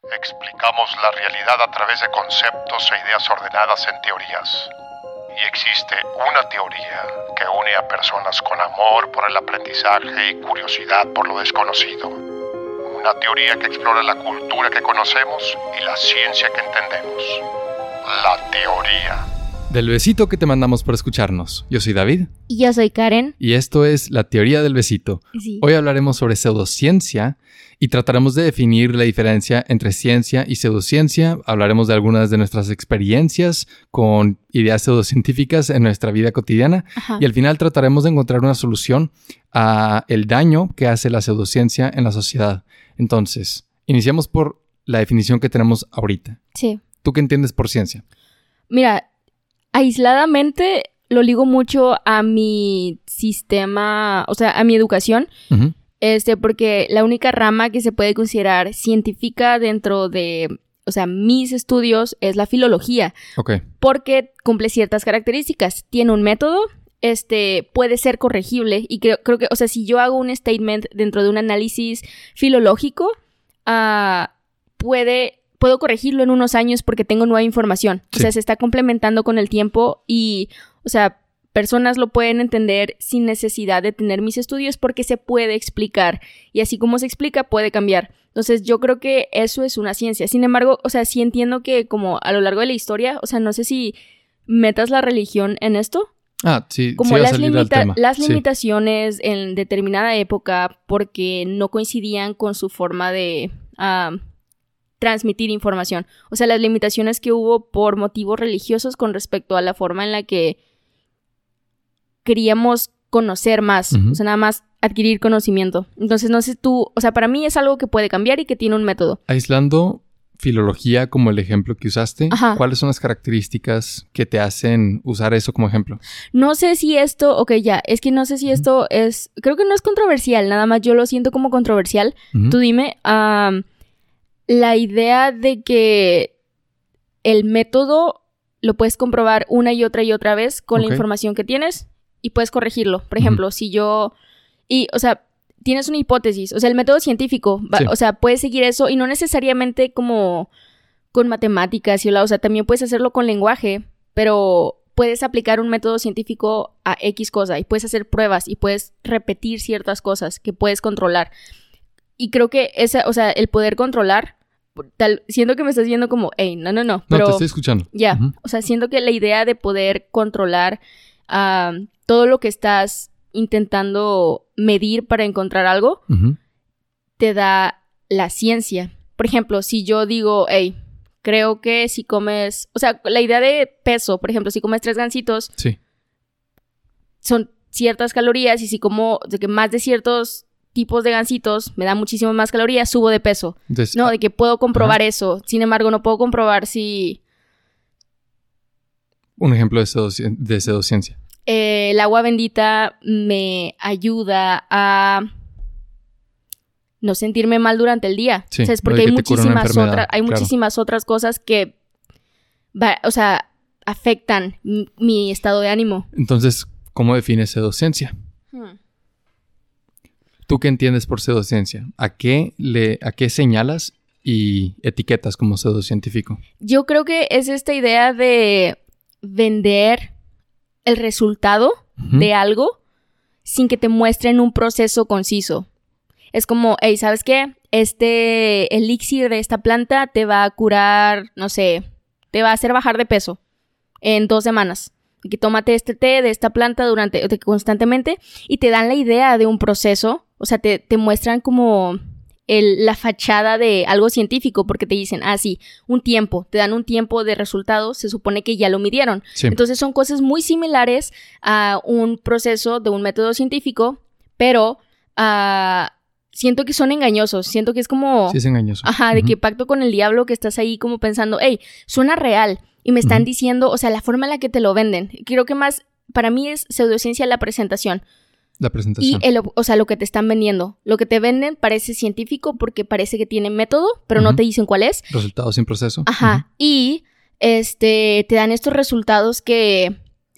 Explicamos la realidad a través de conceptos e ideas ordenadas en teorías. Y existe una teoría que une a personas con amor por el aprendizaje y curiosidad por lo desconocido. Una teoría que explora la cultura que conocemos y la ciencia que entendemos. La teoría. Del besito que te mandamos por escucharnos. Yo soy David. Y yo soy Karen. Y esto es La Teoría del Besito. Sí. Hoy hablaremos sobre pseudociencia y trataremos de definir la diferencia entre ciencia y pseudociencia. Hablaremos de algunas de nuestras experiencias con ideas pseudocientíficas en nuestra vida cotidiana. Ajá. Y al final trataremos de encontrar una solución a el daño que hace la pseudociencia en la sociedad. Entonces, iniciamos por la definición que tenemos ahorita. Sí. ¿Tú qué entiendes por ciencia? Mira, aisladamente lo ligo mucho a mi sistema, o sea, a mi educación, Uh-huh. porque la única rama que se puede considerar científica dentro de, o sea, mis estudios es la filología, Ok. porque cumple ciertas características. Tiene un método, puede ser corregible y creo que, o sea, si yo hago un statement dentro de un análisis filológico, puedo corregirlo en unos años porque tengo nueva información. Sí. O sea, se está complementando con el tiempo y, o sea, personas lo pueden entender sin necesidad de tener mis estudios porque se puede explicar. Y así como se explica, puede cambiar. Entonces, yo creo que eso es una ciencia. Sin embargo, o sea, sí entiendo que como a lo largo de la historia, o sea, no sé si metas la religión en esto. Sí, Como sí va a las, salir al tema. las Sí. limitaciones en determinada época porque no coincidían con su forma de transmitir información. O sea, las limitaciones que hubo por motivos religiosos con respecto a la forma en la que queríamos conocer más. Uh-huh. O sea, nada más adquirir conocimiento. Entonces, no sé tú, o sea, para mí es algo que puede cambiar y que tiene un método. Aislando filología como el ejemplo que usaste, Ajá. ¿cuáles son las características que te hacen usar eso como ejemplo? No sé si esto, es que no sé si esto es, creo que no es controversial, nada más yo lo siento como controversial. Uh-huh. Tú dime, la idea de que el método lo puedes comprobar una y otra vez con Ok. la información que tienes y puedes corregirlo. Por ejemplo, o sea, tienes una hipótesis, o sea, el método científico, Sí. o sea, puedes seguir eso y no necesariamente como con matemáticas o sea, también puedes hacerlo con lenguaje, pero puedes aplicar un método científico a X cosa y puedes hacer pruebas y puedes repetir ciertas cosas que puedes controlar. Y creo que o sea, el poder controlar, siento que me estás viendo como, hey, no, No, pero te estoy escuchando. ya, Uh-huh. o sea, siento que la idea de poder controlar todo lo que estás intentando medir para encontrar algo, Uh-huh. te da la ciencia. Por ejemplo, si yo digo, hey, creo que si comes, o sea, la idea de peso, por ejemplo, si comes 3 gansitos, Sí. son ciertas calorías y si como de que más de ciertos tipos de gansitos me da muchísimo más calorías, subo de peso. Entonces, No, de que puedo comprobar Ajá. eso. Sin embargo, no puedo comprobar si un ejemplo de pseudociencia. el agua bendita me ayuda a no sentirme mal durante el día. Sí, ¿Sabes? lo de Porque hay que te cura una muchísimas enfermedad, hay claro. muchísimas otras cosas que o sea, afectan mi estado de ánimo. Entonces, ¿cómo defines pseudociencia? ¿Tú qué entiendes por pseudociencia? ¿A qué señalas y etiquetas como pseudocientífico? Yo creo que es esta idea de vender el resultado Uh-huh. de algo sin que te muestren un proceso conciso. Es como, hey, ¿sabes qué? Este elixir de esta planta te va a curar, no sé, te va a hacer bajar de peso en 2 semanas. Y que tómate este té de esta planta constantemente y te dan la idea de un proceso. O sea, te muestran como la fachada de algo científico porque te dicen, sí, te dan un tiempo de resultados, se supone que ya lo midieron. Sí. Entonces son cosas muy similares a un proceso de un método científico, pero siento que son engañosos, siento que es como... Sí, es engañoso. Ajá, de que pacto con el diablo, que estás ahí como pensando, hey, suena real, y me están diciendo, o sea, la forma en la que te lo venden. Creo que más, para mí es pseudociencia la presentación. La presentación. Y o sea, lo que te están vendiendo. Lo que te venden parece científico porque parece que tiene método, pero no te dicen cuál es. Resultados sin proceso. Ajá. Y te dan estos resultados que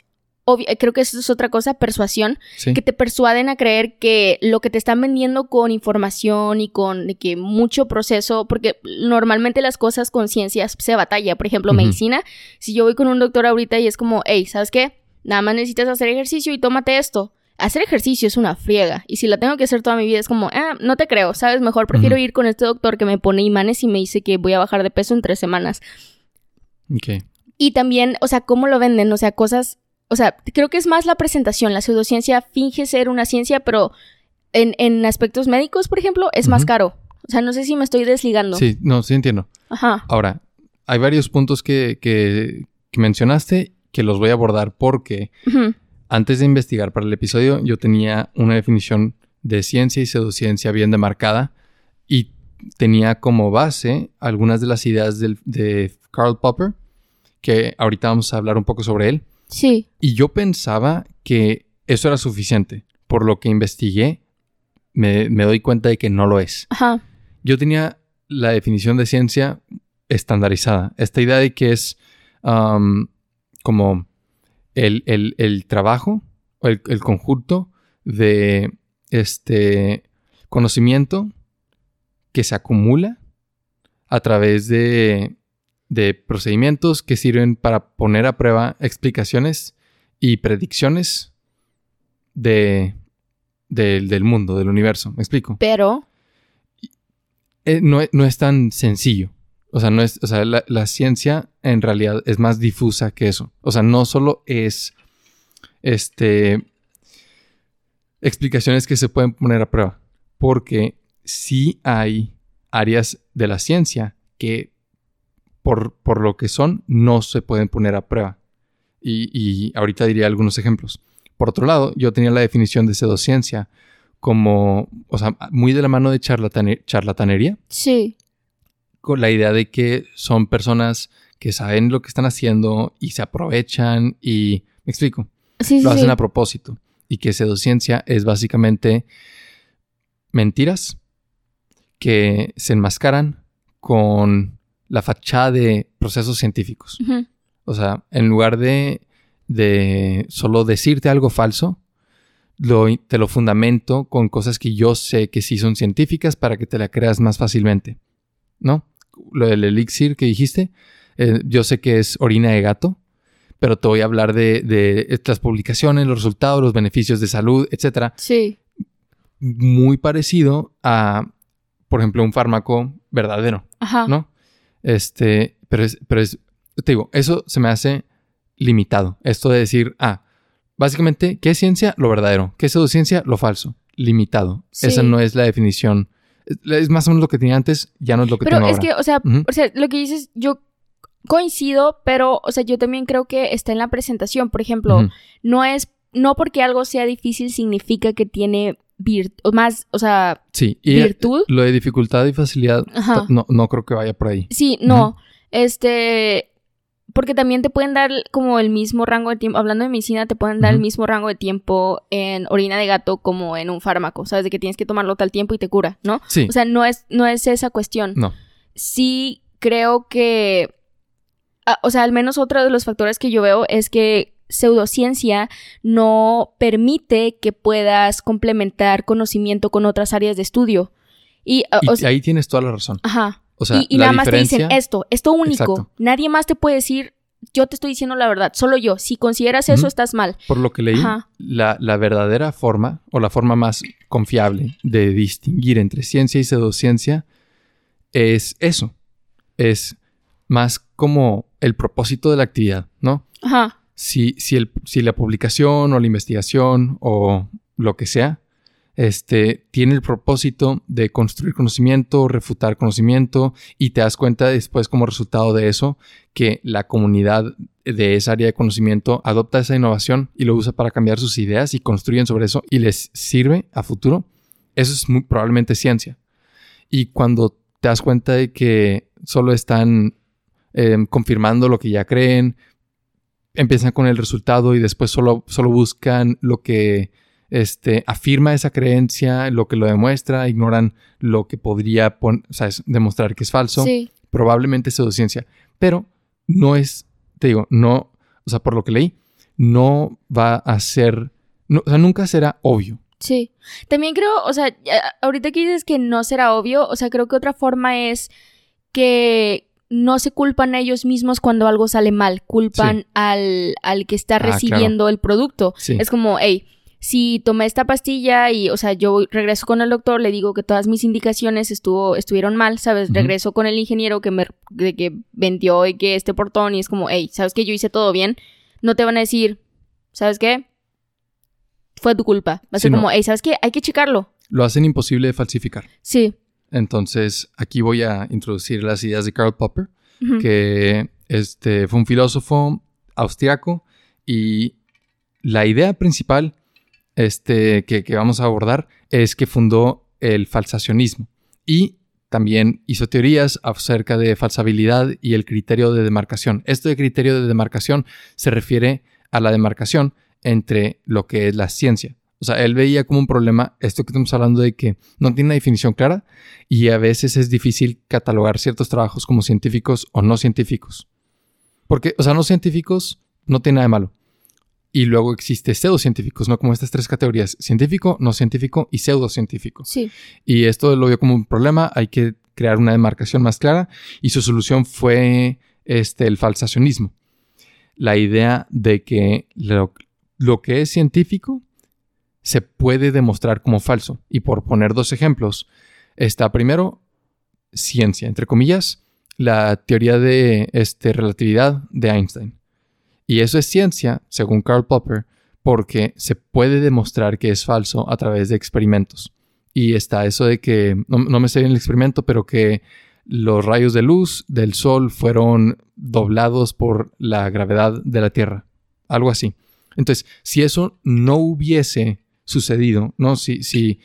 creo que eso es otra cosa, persuasión, Sí. que te persuaden a creer que lo que te están vendiendo con información y con de que mucho proceso, porque normalmente las cosas con ciencias se batalla, por ejemplo, medicina, si yo voy con un doctor ahorita y es como, hey, ¿sabes qué? Nada más necesitas hacer ejercicio y tómate esto. Hacer ejercicio es una friega, y si la tengo que hacer toda mi vida es como, no te creo, ¿sabes? Mejor prefiero ir con este doctor que me pone imanes y me dice que voy a bajar de peso en 3 semanas. Ok. Y también, o sea, ¿cómo lo venden? O sea, cosas... O sea, creo que es más la presentación. La pseudociencia finge ser una ciencia, pero en aspectos médicos, por ejemplo, es más caro. O sea, no sé si me estoy desligando. Sí, no, sí entiendo. Ajá. Ahora, hay varios puntos que mencionaste que los voy a abordar porque antes de investigar para el episodio yo tenía una definición de ciencia y pseudociencia bien demarcada y tenía como base algunas de las ideas de Karl Popper, que ahorita vamos a hablar un poco sobre él. Sí. Y yo pensaba que eso era suficiente. Por lo que investigué, me doy cuenta de que no lo es. Ajá. Yo tenía la definición de ciencia estandarizada. Esta idea de que es como el trabajo, o el conjunto de conocimiento que se acumula a través de procedimientos que sirven para poner a prueba explicaciones y predicciones del mundo, del universo. ¿Me explico? Pero... No es tan sencillo. O sea, la ciencia en realidad es más difusa que eso. O sea, no solo es explicaciones que se pueden poner a prueba. Porque sí hay áreas de la ciencia que por lo que son, no se pueden poner a prueba. Y ahorita diría algunos ejemplos. Por otro lado, yo tenía la definición de pseudociencia como, o sea, muy de la mano de charlatanería. Sí. Con la idea de que son personas que saben lo que están haciendo y se aprovechan y... ¿Me explico? Sí, lo hacen a propósito. Y que pseudociencia es básicamente mentiras que se enmascaran con la fachada de procesos científicos. O sea, en lugar de solo decirte algo falso, te lo fundamento con cosas que yo sé que sí son científicas para que te la creas más fácilmente, ¿no? Lo del elixir que dijiste, yo sé que es orina de gato, pero te voy a hablar de las publicaciones, los resultados, los beneficios de salud, etcétera. Sí. Muy parecido a, por ejemplo, un fármaco verdadero, Ajá. ¿no? Pero te digo, eso se me hace limitado. Esto de decir, básicamente, ¿qué es ciencia? Lo verdadero. ¿Qué es pseudociencia? Lo falso. Limitado. Sí. Esa no es la definición. Es más o menos lo que tenía antes, ya no es lo que tengo ahora. Pero es que, o sea, lo que dices, yo coincido, pero, o sea, yo también creo que está en la presentación. Por ejemplo, no porque algo sea difícil significa que tiene sí, virtud. Lo de dificultad y facilidad, no creo que vaya por ahí. Sí, no. Porque también te pueden dar como el mismo rango de tiempo, hablando de medicina, te pueden dar el mismo rango de tiempo en orina de gato como en un fármaco, ¿sabes? De que tienes que tomarlo tal tiempo y te cura, ¿no? Sí. O sea, no es esa cuestión. No. Sí creo que, o sea, al menos otro de los factores que yo veo es que pseudociencia no permite que puedas complementar conocimiento con otras áreas de estudio. Y ahí tienes toda la razón. Ajá. O sea, y nada más te dicen esto único. Exacto. Nadie más te puede decir, yo te estoy diciendo la verdad, solo yo. Si consideras eso, estás mal. Por lo que leí, la verdadera forma, o la forma más confiable de distinguir entre ciencia y pseudociencia es eso. Es más como el propósito de la actividad, ¿no? Ajá. Si la publicación o la investigación o lo que sea tiene el propósito de construir conocimiento, refutar conocimiento, y te das cuenta después como resultado de eso que la comunidad de esa área de conocimiento adopta esa innovación y lo usa para cambiar sus ideas y construyen sobre eso y les sirve a futuro. Eso es muy probablemente ciencia. Y cuando te das cuenta de que solo están confirmando lo que ya creen, empiezan con el resultado y después solo buscan lo que afirma esa creencia, lo que lo demuestra, ignoran lo que podría demostrar que es falso. Sí. Probablemente es pseudociencia. Pero no es, te digo, no, o sea, por lo que leí, no va a ser, no, o sea, nunca será obvio. Sí. También creo, o sea, ahorita que dices que no será obvio, o sea, creo que otra forma es que no se culpan a ellos mismos cuando algo sale mal, culpan al que está recibiendo el producto. Sí. Es como, hey, si tomé esta pastilla y, o sea, yo regreso con el doctor, le digo que todas mis indicaciones estuvieron mal, ¿sabes? Uh-huh. Regreso con el ingeniero que vendió y que este portón y es como, hey, ¿sabes qué? Yo hice todo bien. No te van a decir, ¿sabes qué? Fue tu culpa. Va a ser como, hey, ¿sabes qué? Hay que checarlo. Lo hacen imposible de falsificar. Sí. Entonces, aquí voy a introducir las ideas de Karl Popper, Uh-huh. que fue un filósofo austriaco, y la idea principal que vamos a abordar es que fundó el falsacionismo y también hizo teorías acerca de falsabilidad y el criterio de demarcación. Esto de criterio de demarcación se refiere a la demarcación entre lo que es la ciencia. O sea, él veía como un problema esto que estamos hablando de que no tiene una definición clara y a veces es difícil catalogar ciertos trabajos como científicos o no científicos. Porque, o sea, no científicos no tiene nada de malo. Y luego existe pseudocientíficos, ¿no? Como estas tres categorías: científico, no científico y pseudocientífico. Sí. Y esto lo vio como un problema, hay que crear una demarcación más clara y su solución fue el falsacionismo. La idea de que lo que es científico se puede demostrar como falso. Y por poner dos ejemplos, está primero ciencia, entre comillas, la teoría de relatividad de Einstein. Y eso es ciencia, según Karl Popper, porque se puede demostrar que es falso a través de experimentos. Y está eso de que, no me sé bien el experimento, pero que los rayos de luz del sol fueron doblados por la gravedad de la Tierra. Algo así. Entonces, si eso no hubiese sucedido, ¿no? Si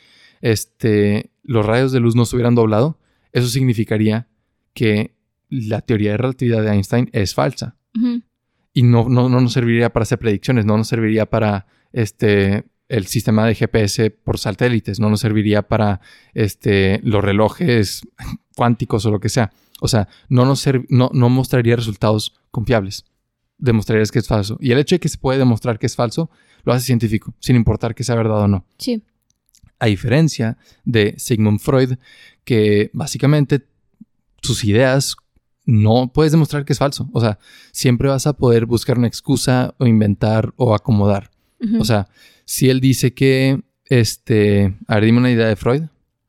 los rayos de luz no se hubieran doblado, eso significaría que la teoría de relatividad de Einstein es falsa. Uh-huh. Y no nos serviría para hacer predicciones, no nos serviría para el sistema de GPS por satélites, no nos serviría para los relojes cuánticos o lo que sea. O sea, no mostraría resultados confiables. Demostrarías que es falso. Y el hecho de que se puede demostrar que es falso lo hace científico, sin importar que sea verdad o no. Sí. A diferencia de Sigmund Freud, que básicamente sus ideas no puedes demostrar que es falso. O sea, siempre vas a poder buscar una excusa o inventar o acomodar. Uh-huh. O sea, si él dice que a ver, dime una idea de Freud.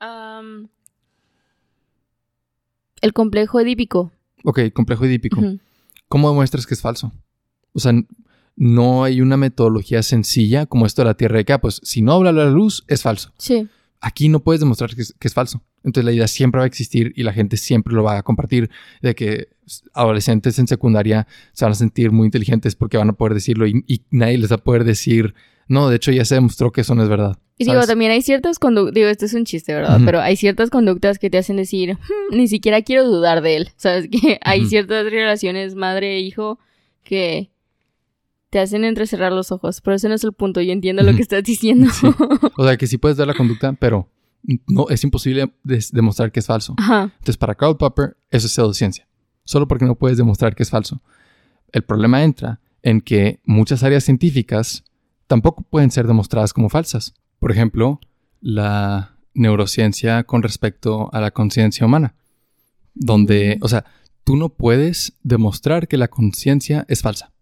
El complejo edípico. Ok, complejo edípico. Uh-huh. ¿Cómo demuestras que es falso? O sea, no hay una metodología sencilla como esto de la Tierra de que, pues, si no habla la luz, es falso. Sí. Aquí no puedes demostrar que es falso. Entonces la idea siempre va a existir y la gente siempre lo va a compartir, de que adolescentes en secundaria se van a sentir muy inteligentes porque van a poder decirlo y nadie les va a poder decir, no, de hecho ya se demostró que eso no es verdad. Y ¿sabes? digo, también hay ciertas conductas, digo, esto es un chiste, ¿verdad? Uh-huh. Pero hay ciertas conductas que te hacen decir, ni siquiera quiero dudar de él. ¿Sabes? Que hay Uh-huh. ciertas relaciones madre-hijo que te hacen entrecerrar los ojos. Pero ese no es el punto, yo entiendo lo que estás diciendo. Sí. O sea, que sí puedes dar la conducta, pero no, es imposible demostrar que es falso. Ajá. Entonces, para Karl Popper, eso es pseudociencia. Solo porque no puedes demostrar que es falso. El problema entra en que muchas áreas científicas tampoco pueden ser demostradas como falsas. Por ejemplo, la neurociencia con respecto a la conciencia humana. Donde, o sea, tú no puedes demostrar que la conciencia es falsa.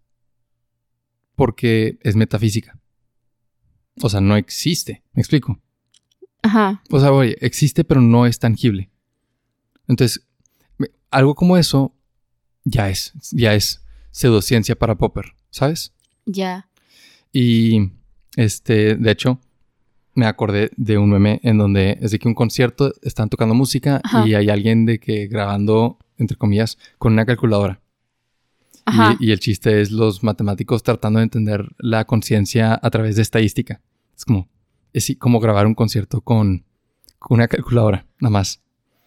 Porque es metafísica. O sea, no existe. ¿Me explico? Ajá. O sea, oye, existe pero no es tangible. Entonces, algo como eso ya es pseudociencia para Popper, ¿sabes? Ya. Y, de hecho, me acordé de un meme en donde es de que un concierto están tocando música. Ajá. Y hay alguien de que grabando, entre comillas, con una calculadora. Ajá. Y el chiste es los matemáticos tratando de entender la conciencia a través de estadística. Es como grabar un concierto con una calculadora, nada más.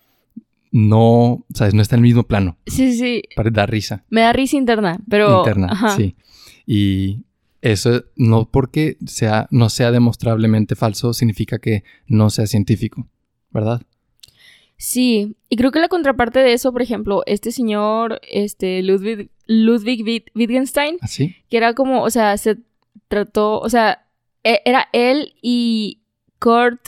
No, ¿sabes? No está en el mismo plano. Sí. Para dar risa. Me da risa interna, pero... Interna, ajá. Sí. Y eso no porque no sea demostrablemente falso significa que no sea científico, ¿verdad? Sí, y creo que la contraparte de eso, por ejemplo, este señor, Ludwig Ludwig Wittgenstein. ¿Ah, sí? Que era como, o sea, se trató, o sea, era él y Kurt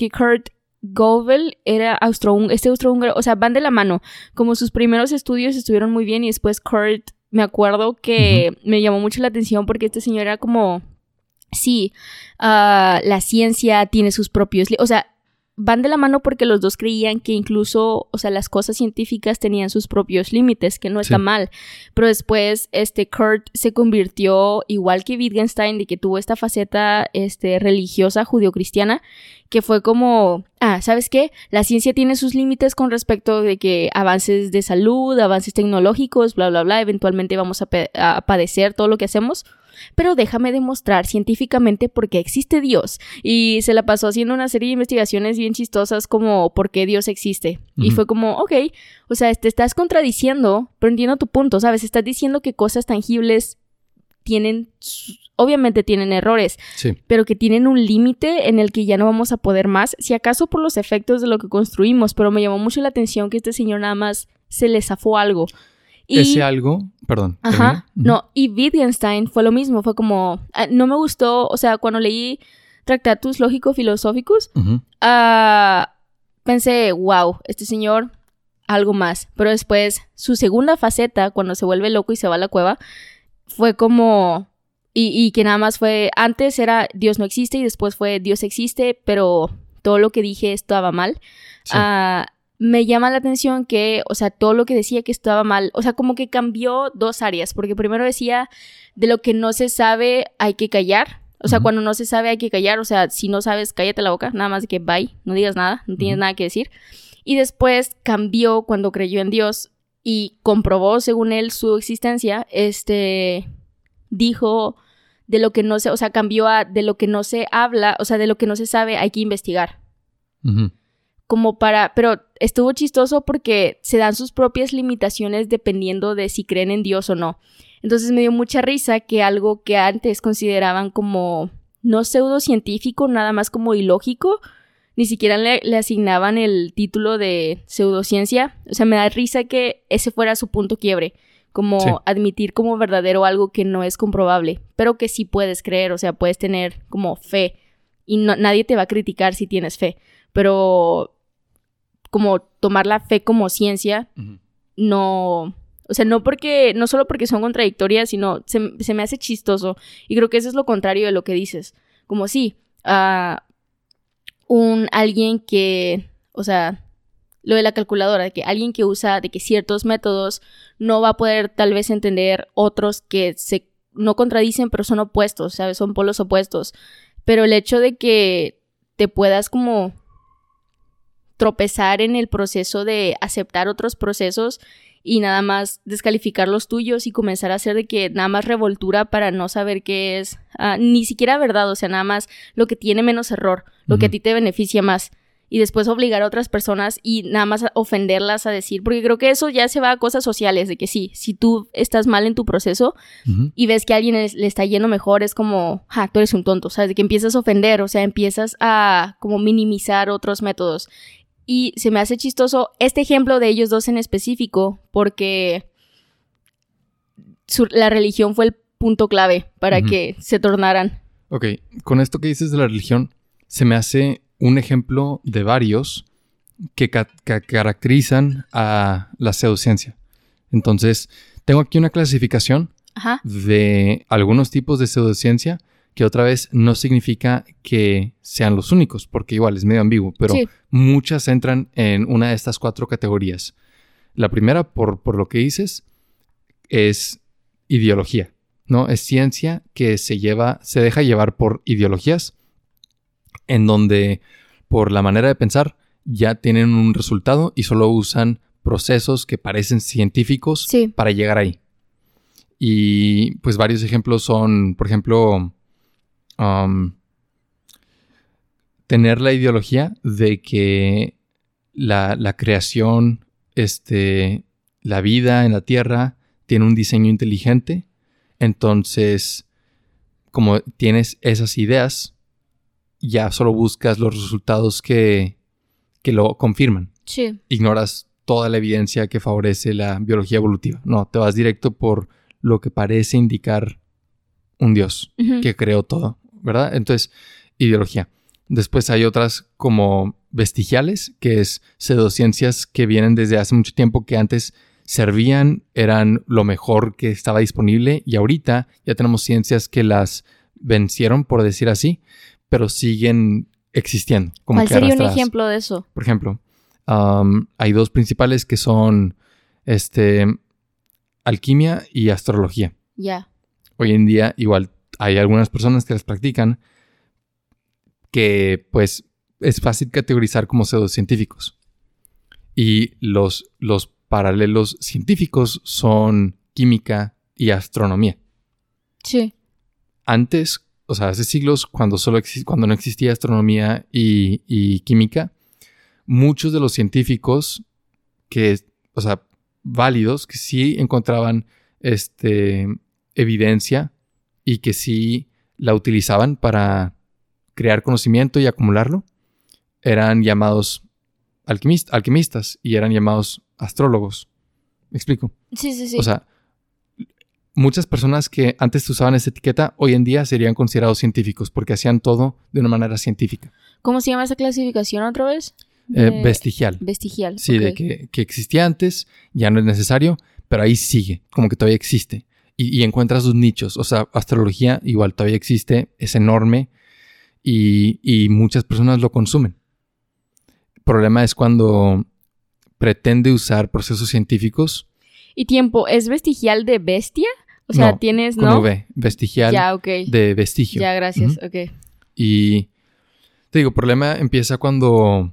Gödel era austrohúngaro, o sea, van de la mano. Como sus primeros estudios estuvieron muy bien y después Kurt, me acuerdo que me llamó mucho la atención porque este señor era como, sí, la ciencia tiene sus propios, o sea, van de la mano porque los dos creían que incluso, o sea, las cosas científicas tenían sus propios límites, que no está mal. Pero después, Kurt se convirtió, igual que Wittgenstein, de que tuvo esta faceta, religiosa judio-cristiana, que fue como, ¿sabes qué? La ciencia tiene sus límites con respecto de que avances de salud, avances tecnológicos, bla, bla, bla, eventualmente vamos a padecer todo lo que hacemos. Pero déjame demostrar científicamente por qué existe Dios. Y se la pasó haciendo una serie de investigaciones bien chistosas como por qué Dios existe. Y fue como, ok, o sea, te estás contradiciendo, pero entiendo tu punto, ¿sabes? Estás diciendo que cosas tangibles obviamente tienen errores, pero que tienen un límite en el que ya no vamos a poder más, si acaso por los efectos de lo que construimos. Pero me llamó mucho la atención que este señor nada más se le zafó algo. Y, ese algo, perdón. Ajá, no, y Wittgenstein fue lo mismo, fue como, no me gustó, o sea, cuando leí Tractatus Lógico-Filosóficos, pensé, wow, este señor, algo más. Pero después, su segunda faceta, cuando se vuelve loco y se va a la cueva, fue como, y que nada más fue, antes era Dios no existe y después fue Dios existe, pero todo lo que dije estaba mal. Sí. Me llama la atención que, o sea, todo lo que decía que estaba mal, o sea, como que cambió dos áreas, porque primero decía, de lo que no se sabe hay que callar, o sea, cuando no se sabe hay que callar, o sea, si no sabes, cállate la boca, nada más de que bye, no digas nada, no tienes nada que decir. Y después cambió cuando creyó en Dios y comprobó, según él, su existencia, dijo, de lo que no se, o sea, cambió a, de lo que no se habla, o sea, de lo que no se sabe hay que investigar. Pero estuvo chistoso porque se dan sus propias limitaciones dependiendo de si creen en Dios o no. Entonces me dio mucha risa que algo que antes consideraban como no pseudocientífico, nada más como ilógico, ni siquiera le asignaban el título de pseudociencia. O sea, me da risa que ese fuera su punto quiebre, como admitir como verdadero algo que no es comprobable, pero que sí puedes creer, o sea, puedes tener como fe y nadie te va a criticar si tienes fe, pero como tomar la fe como ciencia, no, o sea, no solo porque son contradictorias, sino se me hace chistoso. Y creo que eso es lo contrario de lo que dices. Como sí, alguien que, o sea, lo de la calculadora, de que alguien que usa de que ciertos métodos no va a poder tal vez entender otros que no contradicen, pero son opuestos, ¿sabes? Son polos opuestos. Pero el hecho de que te puedas como tropezar en el proceso de aceptar otros procesos y nada más descalificar los tuyos y comenzar a hacer de que nada más revoltura para no saber qué es ni siquiera verdad, o sea, nada más lo que tiene menos error, lo que a ti te beneficia más, y después obligar a otras personas y nada más ofenderlas a decir, porque creo que eso ya se va a cosas sociales, de que sí, si tú estás mal en tu proceso y ves que a alguien le está yendo mejor, es como, tú eres un tonto, ¿sabes? De que empiezas a ofender, o sea, empiezas a como minimizar otros métodos. Y se me hace chistoso este ejemplo de ellos dos en específico, porque la religión fue el punto clave para que se tornaran. Ok, con esto que dices de la religión, se me hace un ejemplo de varios que caracterizan a la pseudociencia. Entonces, tengo aquí una clasificación de algunos tipos de pseudociencia, que otra vez no significa que sean los únicos, porque igual es medio ambiguo, pero muchas entran en una de estas 4 categorías. La primera, por lo que dices, es ideología, ¿no? Es ciencia que se deja llevar por ideologías, en donde por la manera de pensar ya tienen un resultado y solo usan procesos que parecen científicos para llegar ahí. Y pues varios ejemplos son, por ejemplo, tener la ideología de que la creación, la vida en la Tierra tiene un diseño inteligente. Entonces, como tienes esas ideas, ya solo buscas los resultados que lo confirman. Sí. Ignoras toda la evidencia que favorece la biología evolutiva. No, te vas directo por lo que parece indicar un Dios que creó todo, ¿verdad? Entonces, ideología. Después hay otras como vestigiales, que es pseudociencias que vienen desde hace mucho tiempo, que antes servían, eran lo mejor que estaba disponible, y ahorita ya tenemos ciencias que las vencieron, por decir así, pero siguen existiendo. Como ¿Cuál que sería un arrastradas. ejemplo de eso? Por ejemplo, hay dos principales que son alquimia y astrología. Ya. Hoy en día igual hay algunas personas que las practican que pues es fácil categorizar como pseudocientíficos. Y los paralelos científicos son química y astronomía. Sí. Antes, o sea, hace siglos, cuando no existía astronomía y química, muchos de los científicos o sea, válidos, que sí encontraban evidencia y que sí la utilizaban para crear conocimiento y acumularlo, eran llamados alquimistas y eran llamados astrólogos. ¿Me explico? Sí. O sea, muchas personas que antes usaban esa etiqueta, hoy en día serían considerados científicos porque hacían todo de una manera científica. ¿Cómo se llama esa clasificación otra vez? Vestigial. Vestigial. Sí, ok. de que existía antes, ya no es necesario, pero ahí sigue, como que todavía existe. Y encuentra sus nichos. O sea, astrología igual todavía existe, es enorme y muchas personas lo consumen. El problema es cuando pretende usar procesos científicos. ¿Y tiempo? ¿Es vestigial de bestia? O sea, No, tienes, con ¿no? V, vestigial Ya, ok. de vestigio. Ya, gracias. Ujú. Ok. Y te digo, el problema empieza cuando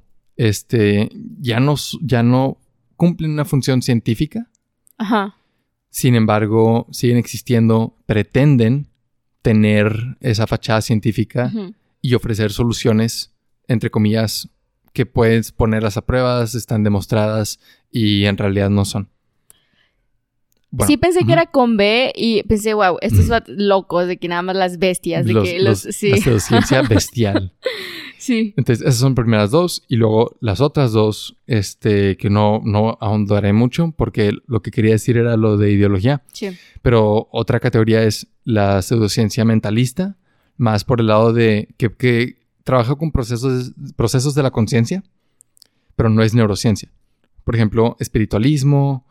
ya no cumplen una función científica. Ajá. Sin embargo, siguen existiendo, pretenden tener esa fachada científica y ofrecer soluciones, entre comillas, que puedes ponerlas a pruebas, están demostradas y en realidad no son. Bueno, sí pensé que era con B y pensé, wow, estos locos de que nada más las bestias, de que sí. La pseudociencia bestial. Sí. Entonces, esas son primeras dos. Y luego las otras dos, que no ahondaré mucho porque lo que quería decir era lo de ideología. Sí. Pero otra categoría es la pseudociencia mentalista, más por el lado de que trabaja con procesos de la conciencia, pero no es neurociencia. Por ejemplo, espiritualismo,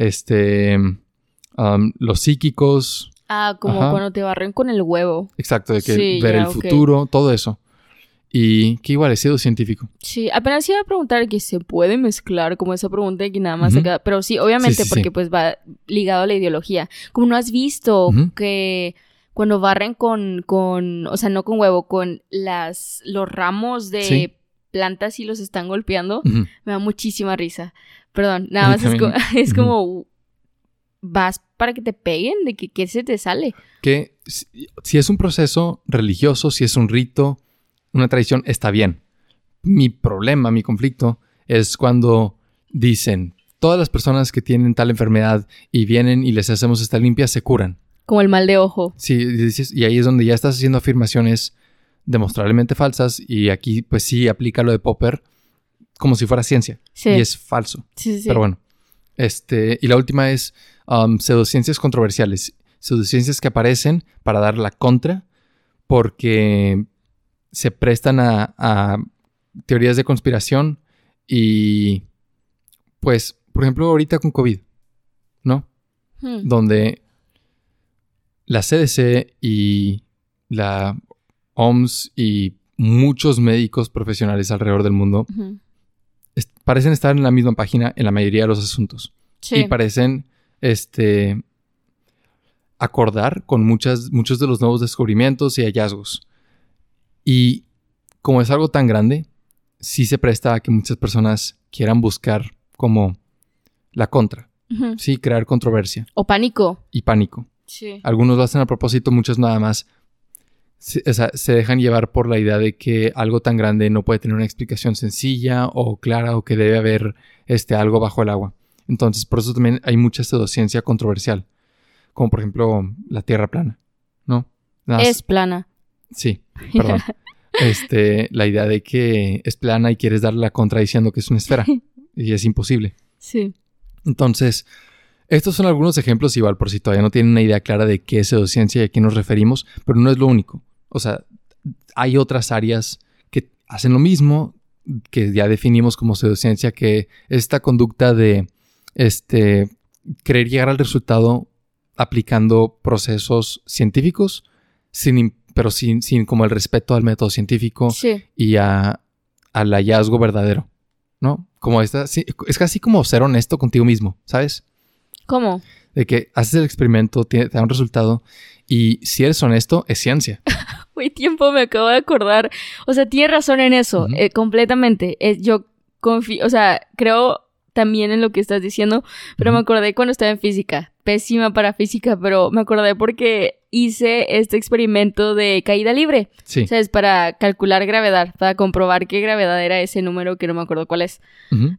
los psíquicos. Ah, como Ajá. cuando te barren con el huevo. Exacto, de que Sí, ver ya, el ok. futuro, todo eso. Y que igual es pseudocientífico. Sí, apenas iba a preguntar que se puede mezclar como esa pregunta de que nada más Ujú. acá, pero sí, obviamente, Sí. porque pues va ligado a la ideología. Como no has visto Ujú. que cuando barren con, o sea, no con huevo, con los ramos de Sí. plantas y los están golpeando, Ujú. me da muchísima risa. Perdón, nada A mí más es, también. es Ujú. como, vas para que te peguen, de que ¿qué se te sale? Que si es un proceso religioso, si es un rito, una tradición, está bien. Mi problema, mi conflicto, es cuando dicen, todas las personas que tienen tal enfermedad y vienen y les hacemos esta limpia, se curan. Como el mal de ojo. Sí, y ahí es donde ya estás haciendo afirmaciones demostrablemente falsas y aquí pues sí aplica lo de Popper como si fuera ciencia. Sí. Y es falso. Sí. Pero bueno. Y la última es pseudociencias controversiales. Pseudociencias que aparecen para dar la contra porque se prestan a teorías de conspiración y pues, por ejemplo, ahorita con COVID, ¿no? Donde la CDC y la OMS y muchos médicos profesionales alrededor del mundo parecen estar en la misma página en la mayoría de los asuntos. Sí. Y parecen acordar con muchos de los nuevos descubrimientos y hallazgos. Y como es algo tan grande, sí se presta a que muchas personas quieran buscar como la contra. Sí, crear controversia. O pánico. Y pánico. Sí. Algunos lo hacen a propósito, muchos nada más se dejan llevar por la idea de que algo tan grande no puede tener una explicación sencilla o clara o que debe haber algo bajo el agua. Entonces, por eso también hay mucha pseudociencia controversial. Como por ejemplo, la Tierra plana, ¿no? Es plana. Sí, perdón. La idea de que es plana y quieres darle la contra diciendo que es una esfera. Y es imposible. Sí. Entonces, estos son algunos ejemplos igual por si todavía no tienen una idea clara de qué es pseudociencia y a qué nos referimos, pero no es lo único. O sea, hay otras áreas que hacen lo mismo, que ya definimos como pseudociencia, que esta conducta de querer llegar al resultado aplicando procesos científicos, pero sin como el respeto al método científico y al hallazgo verdadero, ¿no? Como es casi como ser honesto contigo mismo, ¿sabes? ¿Cómo? De que haces el experimento, te da un resultado y si eres honesto, es ciencia. Güey, tiempo, me acabo de acordar. O sea, tienes razón en eso, completamente. Yo confío, o sea, creo también en lo que estás diciendo, pero me acordé cuando estaba en física. Pésima para física, pero me acordé porque hice este experimento de caída libre. Sí. ¿Sabes? Para calcular gravedad, para comprobar qué gravedad era ese número que no me acuerdo cuál es.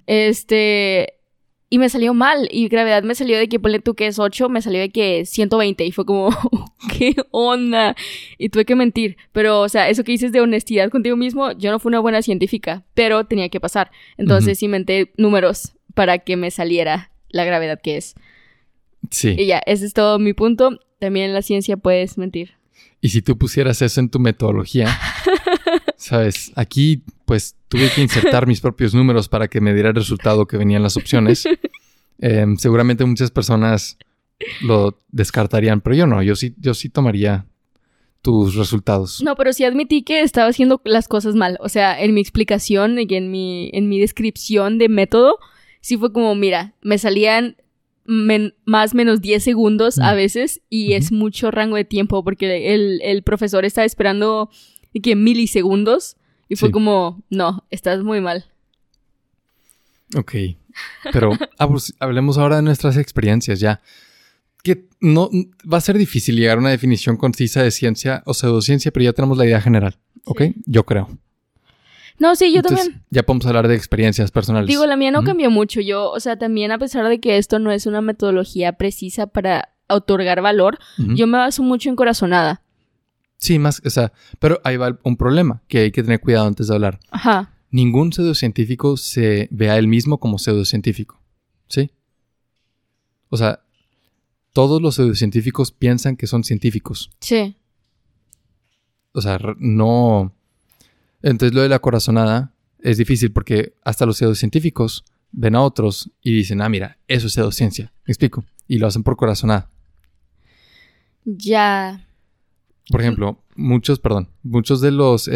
Y me salió mal. Y gravedad me salió de que, ponle tú que es 8, me salió de que 120. Y fue como, ¿qué onda? Y tuve que mentir. Pero, o sea, eso que dices de honestidad contigo mismo, yo no fui una buena científica, pero tenía que pasar. Entonces inventé números para que me saliera la gravedad que es. Sí. Y ya, ese es todo mi punto. También en la ciencia puedes mentir. Y si tú pusieras eso en tu metodología, ¿sabes? Aquí, pues, tuve que insertar mis propios números para que me diera el resultado que venían las opciones. Seguramente muchas personas lo descartarían, pero yo no. Yo sí tomaría tus resultados. No, pero sí admití que estaba haciendo las cosas mal. O sea, en mi explicación y en mi descripción de método, sí fue como, mira, me salían más o menos 10 segundos a veces y es mucho rango de tiempo porque el profesor estaba esperando que milisegundos y fue como, no, estás muy mal. Ok, pero pues, hablemos ahora de nuestras experiencias ya. Que no va a ser difícil llegar a una definición concisa de ciencia o pseudociencia, pero ya tenemos la idea general, ¿ok? Yo creo. No, sí, yo Entonces, también. Ya podemos hablar de experiencias personales. Digo, la mía no cambió mucho. Yo, o sea, también a pesar de que esto no es una metodología precisa para otorgar valor, yo me baso mucho en corazonada. Sí, más, o sea, pero ahí va un problema que hay que tener cuidado antes de hablar. Ajá. Ningún pseudocientífico se ve a él mismo como pseudocientífico, ¿sí? O sea, todos los pseudocientíficos piensan que son científicos. Sí. O sea, no. Entonces lo de la corazonada es difícil porque hasta los pseudocientíficos ven a otros y dicen, mira, eso es pseudociencia. ¿Me explico? Y lo hacen por corazonada. Ya. Por ejemplo, muchos de los,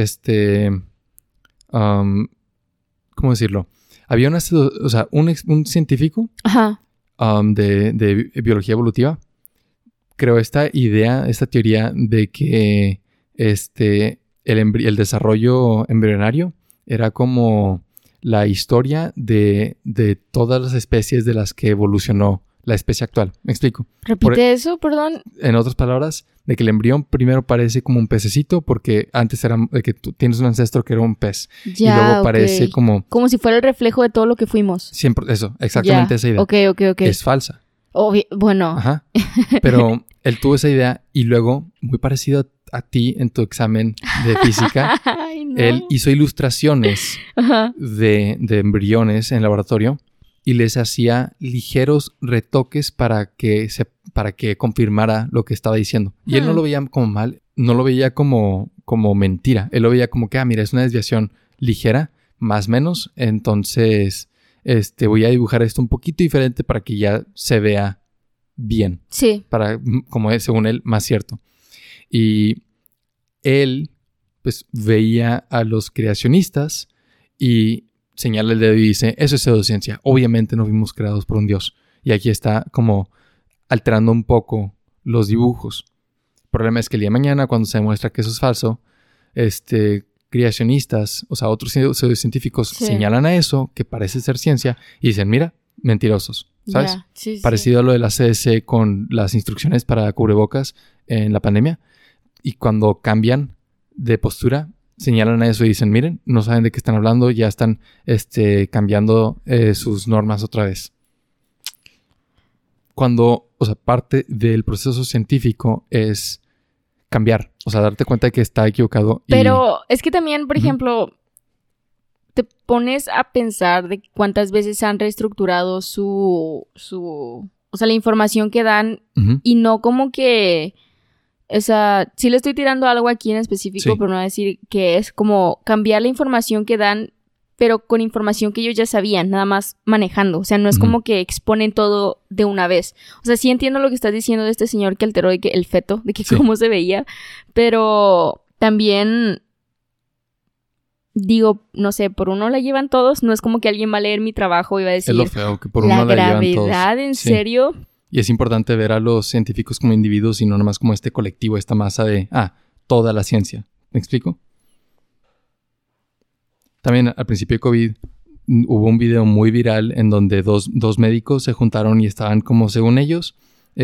¿cómo decirlo? Había un científico Ajá. De biología evolutiva creó esta teoría de que el desarrollo embrionario era como la historia de todas las especies de las que evolucionó la especie actual. ¿Me explico? Repite eso, perdón. En otras palabras, de que el embrión primero parece como un pececito porque antes era de que tú tienes un ancestro que era un pez. Ya, y luego parece como si fuera el reflejo de todo lo que fuimos. Siempre, eso, exactamente esa idea. Ok. Es falsa. Bueno. Ajá. Pero él tuvo esa idea y luego, muy parecido a ti en tu examen de física, Ay, no. él hizo ilustraciones de embriones en el laboratorio y les hacía ligeros retoques para que confirmara lo que estaba diciendo. Y él no lo veía como mal, no lo veía como mentira. Él lo veía como que, mira, es una desviación ligera, más o menos. Entonces, voy a dibujar esto un poquito diferente para que ya se vea bien. Sí. Para, como es, según él, más cierto. Y él, pues, veía a los creacionistas y señala el dedo y dice, eso es pseudociencia. Obviamente no fuimos creados por un dios. Y aquí está como alterando un poco los dibujos. El problema es que el día de mañana, cuando se demuestra que eso es falso, creacionistas, o sea, otros pseudocientíficos señalan a eso, que parece ser ciencia, y dicen, mira, mentirosos, ¿sabes? Yeah, sí, Parecido a lo de la CDC con las instrucciones para cubrebocas en la pandemia. Y cuando cambian de postura, señalan a eso y dicen, miren, no saben de qué están hablando, ya están cambiando sus normas otra vez. Cuando, o sea, parte del proceso científico es cambiar, o sea, darte cuenta de que está equivocado. Pero es que también, por ejemplo, te pones a pensar de cuántas veces han reestructurado o sea, la información que dan y no como que, o sea, sí le estoy tirando algo aquí en específico, pero no voy a decir que es como cambiar la información que dan, pero con información que ellos ya sabían, nada más manejando. O sea, no es como que exponen todo de una vez. O sea, sí entiendo lo que estás diciendo de este señor que alteró de que el feto, de que cómo se veía, pero también digo, no sé, por uno la llevan todos, no es como que alguien va a leer mi trabajo y va a decir, es lo feo, que por uno la llevan todos. ¿La gravedad en serio? Y es importante ver a los científicos como individuos y no nomás como este colectivo, esta masa de, toda la ciencia. ¿Me explico? También al principio de COVID hubo un video muy viral en donde dos médicos se juntaron y estaban como, según ellos,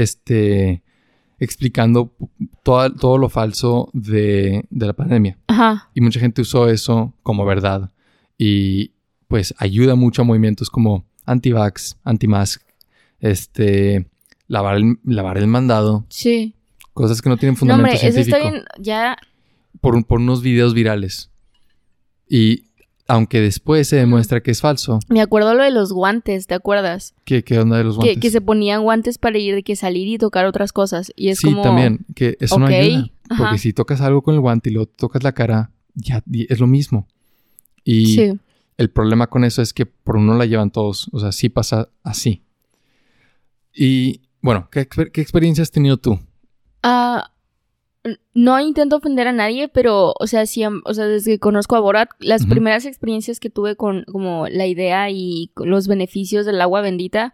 explicando todo lo falso de la pandemia. Ajá. Y mucha gente usó eso como verdad. Y pues ayuda mucho a movimientos como anti-vax, anti-mask, lavar el mandado. Sí. Cosas que no tienen fundamento científico. Eso está bien, ya. Por unos videos virales. Y aunque después se demuestra que es falso. Me acuerdo lo de los guantes, ¿te acuerdas? ¿Qué onda de los guantes? Que se ponían guantes para ir de que salir y tocar otras cosas. Y es como... Sí, también. Que eso no ayuda. Porque si tocas algo con el guante y luego tocas la cara, ya es lo mismo. Y el problema con eso es que por uno la llevan todos. O sea, sí pasa así. Y bueno, ¿qué experiencia has tenido tú? No intento ofender a nadie, pero, o sea, sí, o sea, desde que conozco a Borat, las primeras experiencias que tuve con como la idea y los beneficios del agua bendita,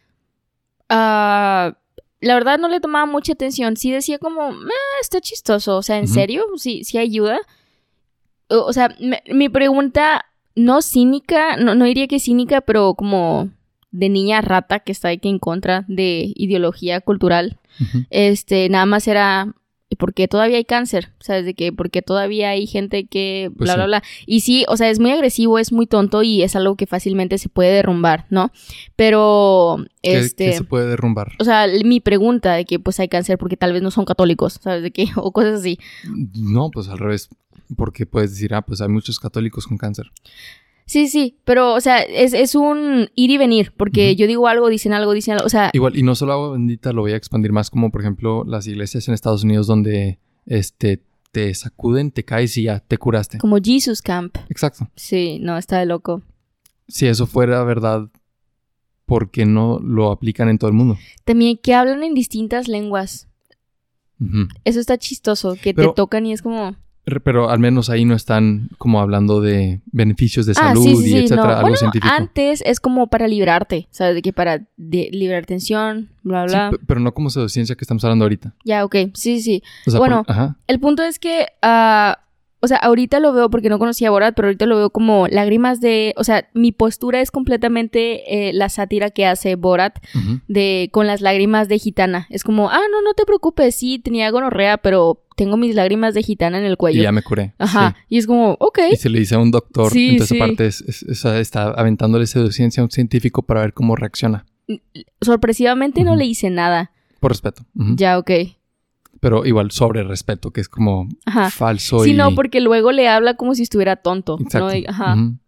la verdad no le tomaba mucha atención. Sí decía como, está chistoso, o sea, ¿en serio? Sí ayuda. O sea, mi pregunta, no cínica, no diría que cínica, pero como de niña rata que está aquí en contra de ideología cultural, nada más era... ¿por qué todavía hay cáncer? ¿Sabes? De que ¿por qué todavía hay gente que bla, bla, bla? Y sí, o sea, es muy agresivo, es muy tonto y es algo que fácilmente se puede derrumbar, ¿no? Pero, ¿Qué se puede derrumbar? O sea, mi pregunta de que pues hay cáncer porque tal vez no son católicos, ¿sabes? De que, o cosas así. No, pues al revés. Porque puedes decir, pues hay muchos católicos con cáncer. Sí, pero, o sea, es un ir y venir, porque yo digo algo, dicen algo, o sea... Igual, y no solo agua bendita, lo voy a expandir más como, por ejemplo, las iglesias en Estados Unidos donde, te sacuden, te caes y ya te curaste. Como Jesus Camp. Exacto. Sí, no, está de loco. Si eso fuera verdad, ¿por qué no lo aplican en todo el mundo? También que hablan en distintas lenguas. Eso está chistoso, que te tocan y es como... Pero al menos ahí no están como hablando de beneficios de salud y etcétera, no. Algo científico. Antes es como para librarte, ¿sabes? De que para liberar tensión, bla, bla. Sí, pero no como pseudociencia que estamos hablando ahorita. Ya, ok. Sí. O sea, bueno, el punto es que, o sea, ahorita lo veo porque no conocía a Borat, pero ahorita lo veo como lágrimas de... O sea, mi postura es completamente la sátira que hace Borat con las lágrimas de gitana. Es como, no te preocupes, sí, tenía gonorrea, pero... tengo mis lágrimas de gitana en el cuello. Y ya me curé. Ajá. Sí. Y es como, ok. Y se le dice a un doctor, entonces aparte está aventándole pseudociencia a un científico para ver cómo reacciona. Sorpresivamente no le hice nada. Por respeto. Ya, ok. Pero igual sobre respeto, que es como falso Sí, no, porque luego le habla como si estuviera tonto. Exacto. ¿No?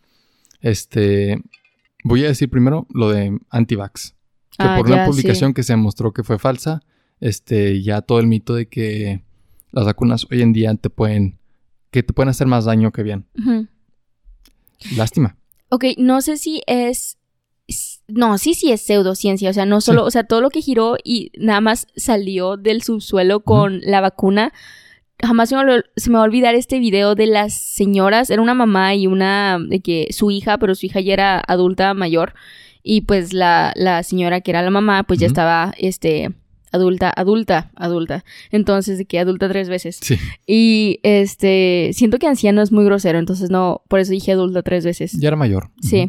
Voy a decir primero lo de anti-vax. Que por una publicación que se mostró que fue falsa, ya todo el mito de que las vacunas hoy en día te pueden hacer más daño que bien. Lástima. Ok, no sé si es... No, sí es pseudociencia. O sea, no solo... O sea, todo lo que giró y nada más salió del subsuelo con la vacuna. Jamás se me va a olvidar este video de las señoras. Era una mamá y de que su hija, pero su hija ya era adulta mayor. Y pues la señora que era la mamá, pues ya estaba, adulta. Entonces, de que adulta 3 veces. Sí. Y, siento que anciano es muy grosero, entonces no, por eso dije adulta 3 veces. Ya era mayor. Sí.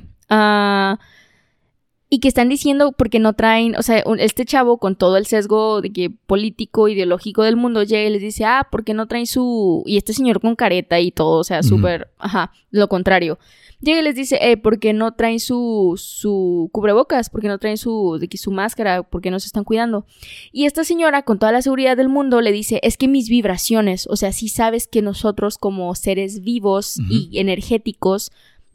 Y que están diciendo porque no traen, o sea, este chavo con todo el sesgo de que político, ideológico del mundo llega y les dice, ¿por qué no traen su...? Y este señor con careta y todo, o sea, súper, lo contrario. Llega y les dice, ¿por qué no traen su cubrebocas? ¿Por qué no traen su máscara? ¿Por qué no se están cuidando? Y esta señora, con toda la seguridad del mundo, le dice, es que mis vibraciones, o sea, sí sabes que nosotros como seres vivos y energéticos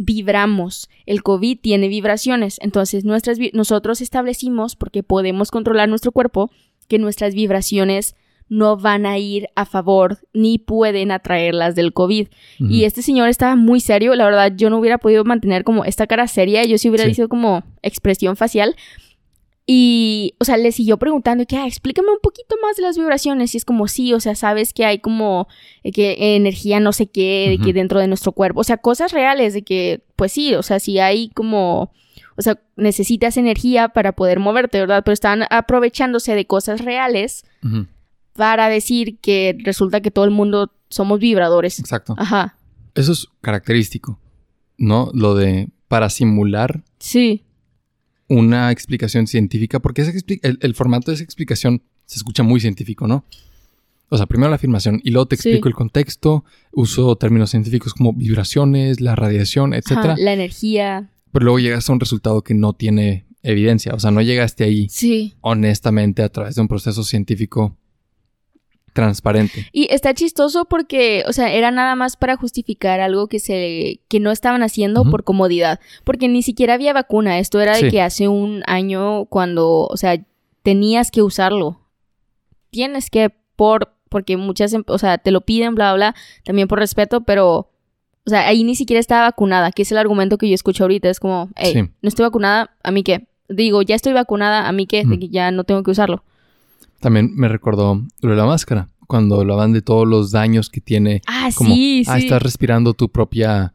vibramos. El COVID tiene vibraciones. Entonces, nosotros establecimos, porque podemos controlar nuestro cuerpo, que nuestras vibraciones no van a ir a favor ni pueden atraer las del COVID. Uh-huh. Y este señor estaba muy serio. La verdad, yo no hubiera podido mantener como esta cara seria. Yo sí hubiera dicho como expresión facial. Y, o sea, le siguió preguntando que, explícame un poquito más de las vibraciones. Y es como, sí, o sea, sabes que hay como que energía no sé qué, de que dentro de nuestro cuerpo. O sea, cosas reales de que, pues sí, o sea, si hay como... O sea, necesitas energía para poder moverte, ¿verdad? Pero están aprovechándose de cosas reales para decir que resulta que todo el mundo somos vibradores. Exacto. Ajá. Eso es característico, ¿no? Lo de para simular una explicación científica, porque el formato de esa explicación se escucha muy científico, ¿no? O sea, primero la afirmación y luego te explico el contexto, uso términos científicos como vibraciones, la radiación, etcétera. La energía. Pero luego llegas a un resultado que no tiene evidencia. O sea, no llegaste ahí honestamente a través de un proceso científico transparente. Y está chistoso porque, o sea, era nada más para justificar algo que no estaban haciendo por comodidad. Porque ni siquiera había vacuna. Esto era de que hace un año cuando, o sea, tenías que usarlo. Tienes que porque muchas, o sea, te lo piden, bla, bla, bla, también por respeto, pero... O sea, ahí ni siquiera estaba vacunada, que es el argumento que yo escucho ahorita. Es como, no estoy vacunada, ¿a mí qué? Digo, ya estoy vacunada, ¿a mí qué? De que ya no tengo que usarlo. También me recordó lo de la máscara, cuando hablaban de todos los daños que tiene. Como, estás respirando tu propia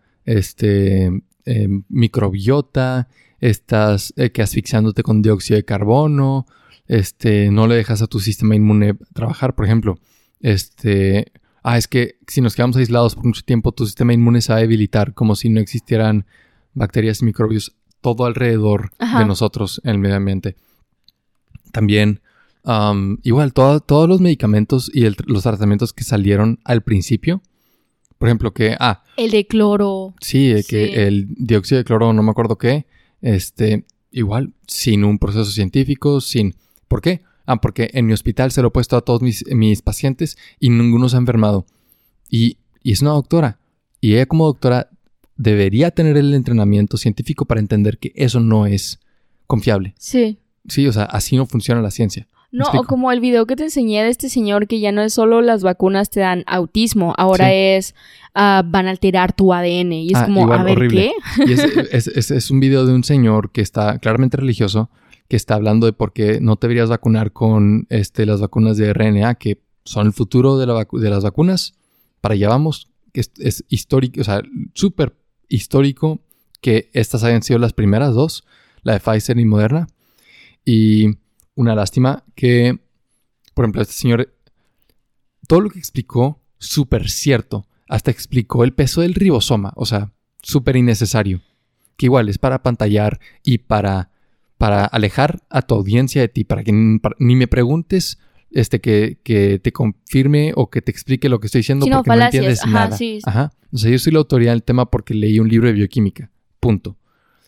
microbiota, estás que asfixiándote con dióxido de carbono, no le dejas a tu sistema inmune trabajar, por ejemplo, es que si nos quedamos aislados por mucho tiempo, tu sistema inmune se va a debilitar, como si no existieran bacterias y microbios todo alrededor de nosotros en el medio ambiente. También, igual, todos los medicamentos y los tratamientos que salieron al principio, por ejemplo, que... el de cloro. Sí, que el dióxido de cloro, no me acuerdo qué, igual, sin un proceso científico, ¿Por qué? Porque en mi hospital se lo he puesto a todos mis pacientes y ninguno se ha enfermado. Y es una doctora. Y ella como doctora debería tener el entrenamiento científico para entender que eso no es confiable. Sí. Sí, o sea, así no funciona la ciencia. No, o como el video que te enseñé de este señor que ya no es solo las vacunas te dan autismo, ahora van a alterar tu ADN. Y es como, igual, a ver, horrible. ¿qué? Y es un video de un señor que está claramente religioso, que está hablando de por qué no te deberías vacunar con las vacunas de RNA, que son el futuro de las vacunas. Para allá vamos, que es histórico, o sea, súper histórico que estas hayan sido las primeras dos, la de Pfizer y Moderna. Y una lástima que, por ejemplo, este señor, todo lo que explicó, súper cierto. Hasta explicó el peso del ribosoma, o sea, súper innecesario. Que igual es para apantallar y para alejar a tu audiencia de ti, para que ni me preguntes que te confirme o que te explique lo que estoy diciendo, porque no entiendes nada. Sí. O sea, yo soy la autoridad del tema porque leí un libro de bioquímica. Punto.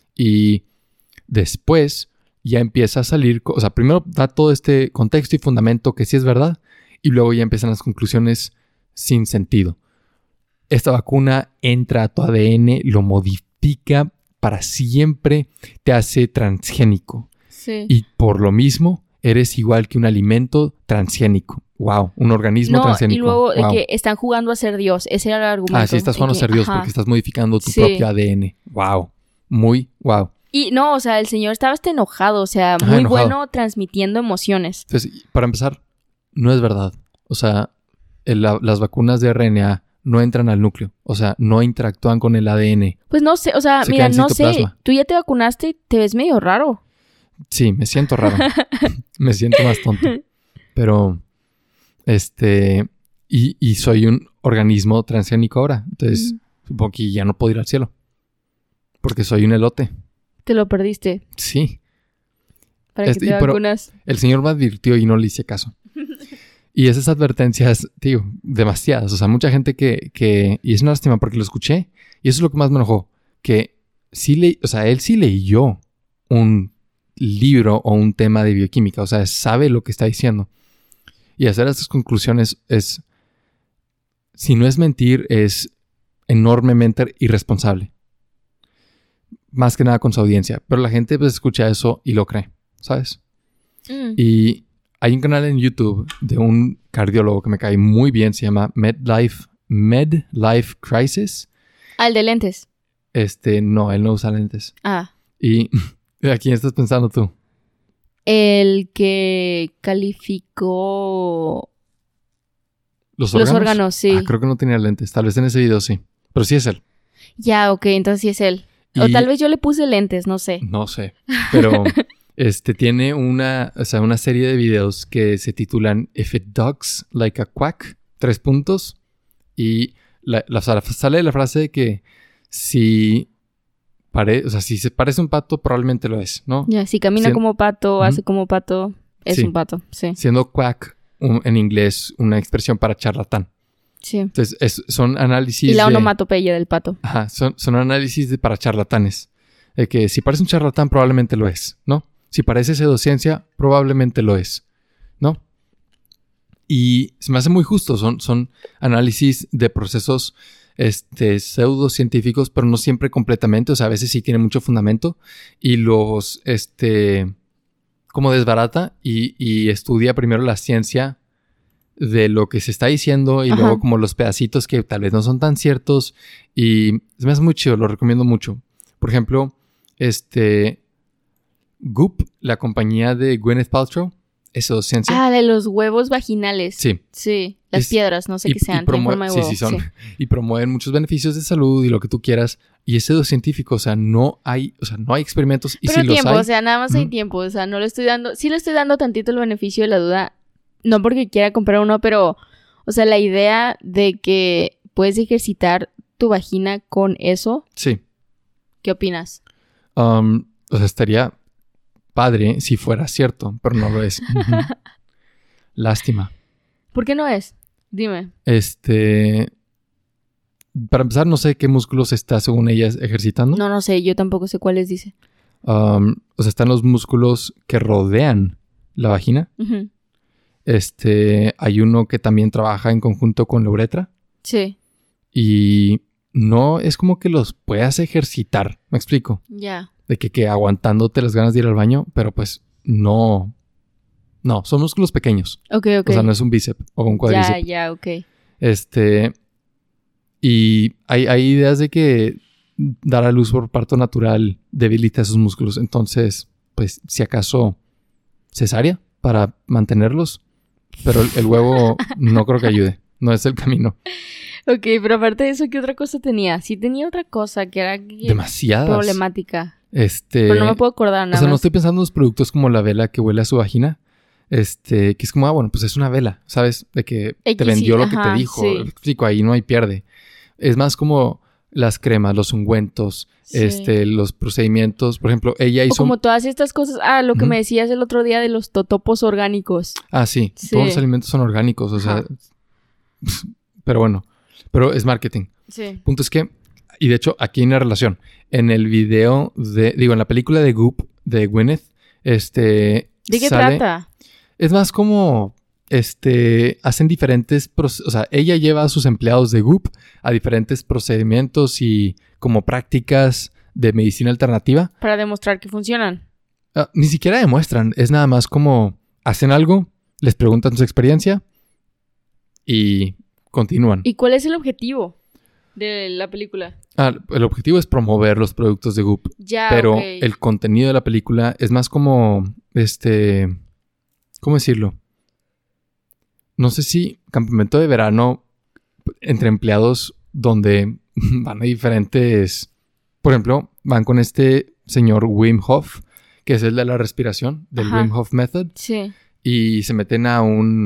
Y después ya empieza a salir... O sea, primero da todo este contexto y fundamento que sí es verdad, y luego ya empiezan las conclusiones sin sentido. Esta vacuna entra a tu ADN, lo modifica para siempre, te hace transgénico. Sí. Y por lo mismo, eres igual que un alimento transgénico. ¡Wow! Un organismo transgénico. Y luego de que están jugando a ser Dios. Ese era el argumento. Sí, estás jugando a ser Dios porque estás modificando tu propio ADN. ¡Wow! Muy wow. Y no, o sea, el señor estaba enojado. O sea, muy bueno transmitiendo emociones. Entonces, para empezar, no es verdad. O sea, las vacunas de RNA no entran al núcleo. O sea, no interactúan con el ADN. Pues no sé, o sea, mira, no sé. Tú ya te vacunaste y te ves medio raro. Sí, me siento raro. Me siento más tonto. Pero, y soy un organismo transgénico ahora. Entonces, supongo que ya no puedo ir al cielo. Porque soy un elote. ¿Te lo perdiste? Sí. ¿Para que te vacunas? El señor me advirtió y no le hice caso. Y esas advertencias, tío, demasiadas. O sea, mucha gente que... Y es una lástima porque lo escuché. Y eso es lo que más me enojó. Que él sí leyó un libro o un tema de bioquímica. O sea, sabe lo que está diciendo. Y hacer estas conclusiones es... Si no es mentir, es enormemente irresponsable. más que nada con su audiencia. Pero la gente pues escucha eso y lo cree, ¿sabes? Y hay un canal en YouTube de un cardiólogo que me cae muy bien. Se llama Medlife Crisis. Ah, el de lentes. No, él no usa lentes. Ah. ¿Y a quién estás pensando tú? El que calificó ¿Los órganos, sí. Ah, creo que no tenía lentes. Tal vez en ese video sí. Pero sí es él. Ya, ok, entonces sí es él. O tal vez yo le puse lentes, no sé. No sé. Pero tiene una serie de videos que se titulan If It Ducks Like a Quack, 3 puntos. Y sale la frase de que si se parece un pato, probablemente lo es, ¿no? Ya, si camina como pato, hace como pato, es un pato, sí. Siendo quack en inglés una expresión para charlatán. Sí. Entonces, son análisis. Y la onomatopeya del pato. Ajá, son análisis para charlatanes. De que si parece un charlatán, probablemente lo es, ¿no? Si parece pseudociencia, probablemente lo es, ¿no? Y se me hace muy justo. Son análisis de procesos pseudocientíficos, pero no siempre completamente. O sea, a veces sí tiene mucho fundamento. Y los, como desbarata y estudia primero la ciencia de lo que se está diciendo y luego como los pedacitos que tal vez no son tan ciertos. Y se me hace muy chido, lo recomiendo mucho. Por ejemplo, Goop, la compañía de Gwyneth Paltrow, es pseudociencia. Ah, de los huevos vaginales. Sí. Sí, las piedras, no sé qué sean. Tienen forma de huevo. Sí, son. Sí. Y promueven muchos beneficios de salud y lo que tú quieras. Y es pseudocientífico, o sea, no hay experimentos. Y pero si tiempo, los hay, o sea, nada más hay tiempo. O sea, no le estoy dando... Sí le estoy dando tantito el beneficio de la duda. No porque quiera comprar uno, pero... O sea, la idea de que puedes ejercitar tu vagina con eso. Sí. ¿Qué opinas? O sea, estaría padre si fuera cierto, pero no lo es. Lástima. ¿Por qué no es? Dime. Para empezar, no sé qué músculos está según ellas ejercitando. No sé. Yo tampoco sé cuáles dice. O sea, están los músculos que rodean la vagina. Uh-huh. Hay uno que también trabaja en conjunto con la uretra. Sí. Y no es como que los puedas ejercitar. ¿Me explico? Ya. De que aguantándote las ganas de ir al baño, pero pues no. No, son músculos pequeños. Ok. O sea, no es un bíceps o un cuádriceps. Ya, ok. Y hay ideas de que dar a luz por parto natural debilita esos músculos. Entonces, pues, si acaso cesárea para mantenerlos. Pero el huevo no creo que ayude. No es el camino. Ok, pero aparte de eso, ¿qué otra cosa tenía? Sí tenía otra cosa que era... Demasiadas. Problemática. Pero no me puedo acordar nada. O sea, no estoy pensando en los productos como la vela que huele a su vagina. Que es como, bueno, pues es una vela, ¿sabes? De que te vendió lo que te dijo. Sí. Explico, ahí no hay pierde. Es más como las cremas, los ungüentos, los procedimientos. Por ejemplo, ella hizo... O como todas estas cosas. Ah, lo que me decías el otro día de los totopos orgánicos. Ah, sí. Todos los alimentos son orgánicos, o sea... Pero bueno, pero es marketing. Sí. El punto es que... Y de hecho, aquí hay una relación. En el video en la película de Goop, de Gwyneth, ¿de qué trata? Es más como... hacen diferentes... O sea, ella lleva a sus empleados de Goop a diferentes procedimientos y como prácticas de medicina alternativa. Para demostrar que funcionan. Ni siquiera demuestran. Es nada más como hacen algo, les preguntan su experiencia y continúan. ¿Y cuál es el objetivo de la película? El objetivo es promover los productos de Goop. Ya, pero okay. El contenido de la película es más como... ¿Cómo decirlo? No sé si campamento de verano entre empleados donde van a diferentes... Por ejemplo, van con este señor Wim Hof, que es el de la respiración, del Wim Hof Method. Sí. Y se meten a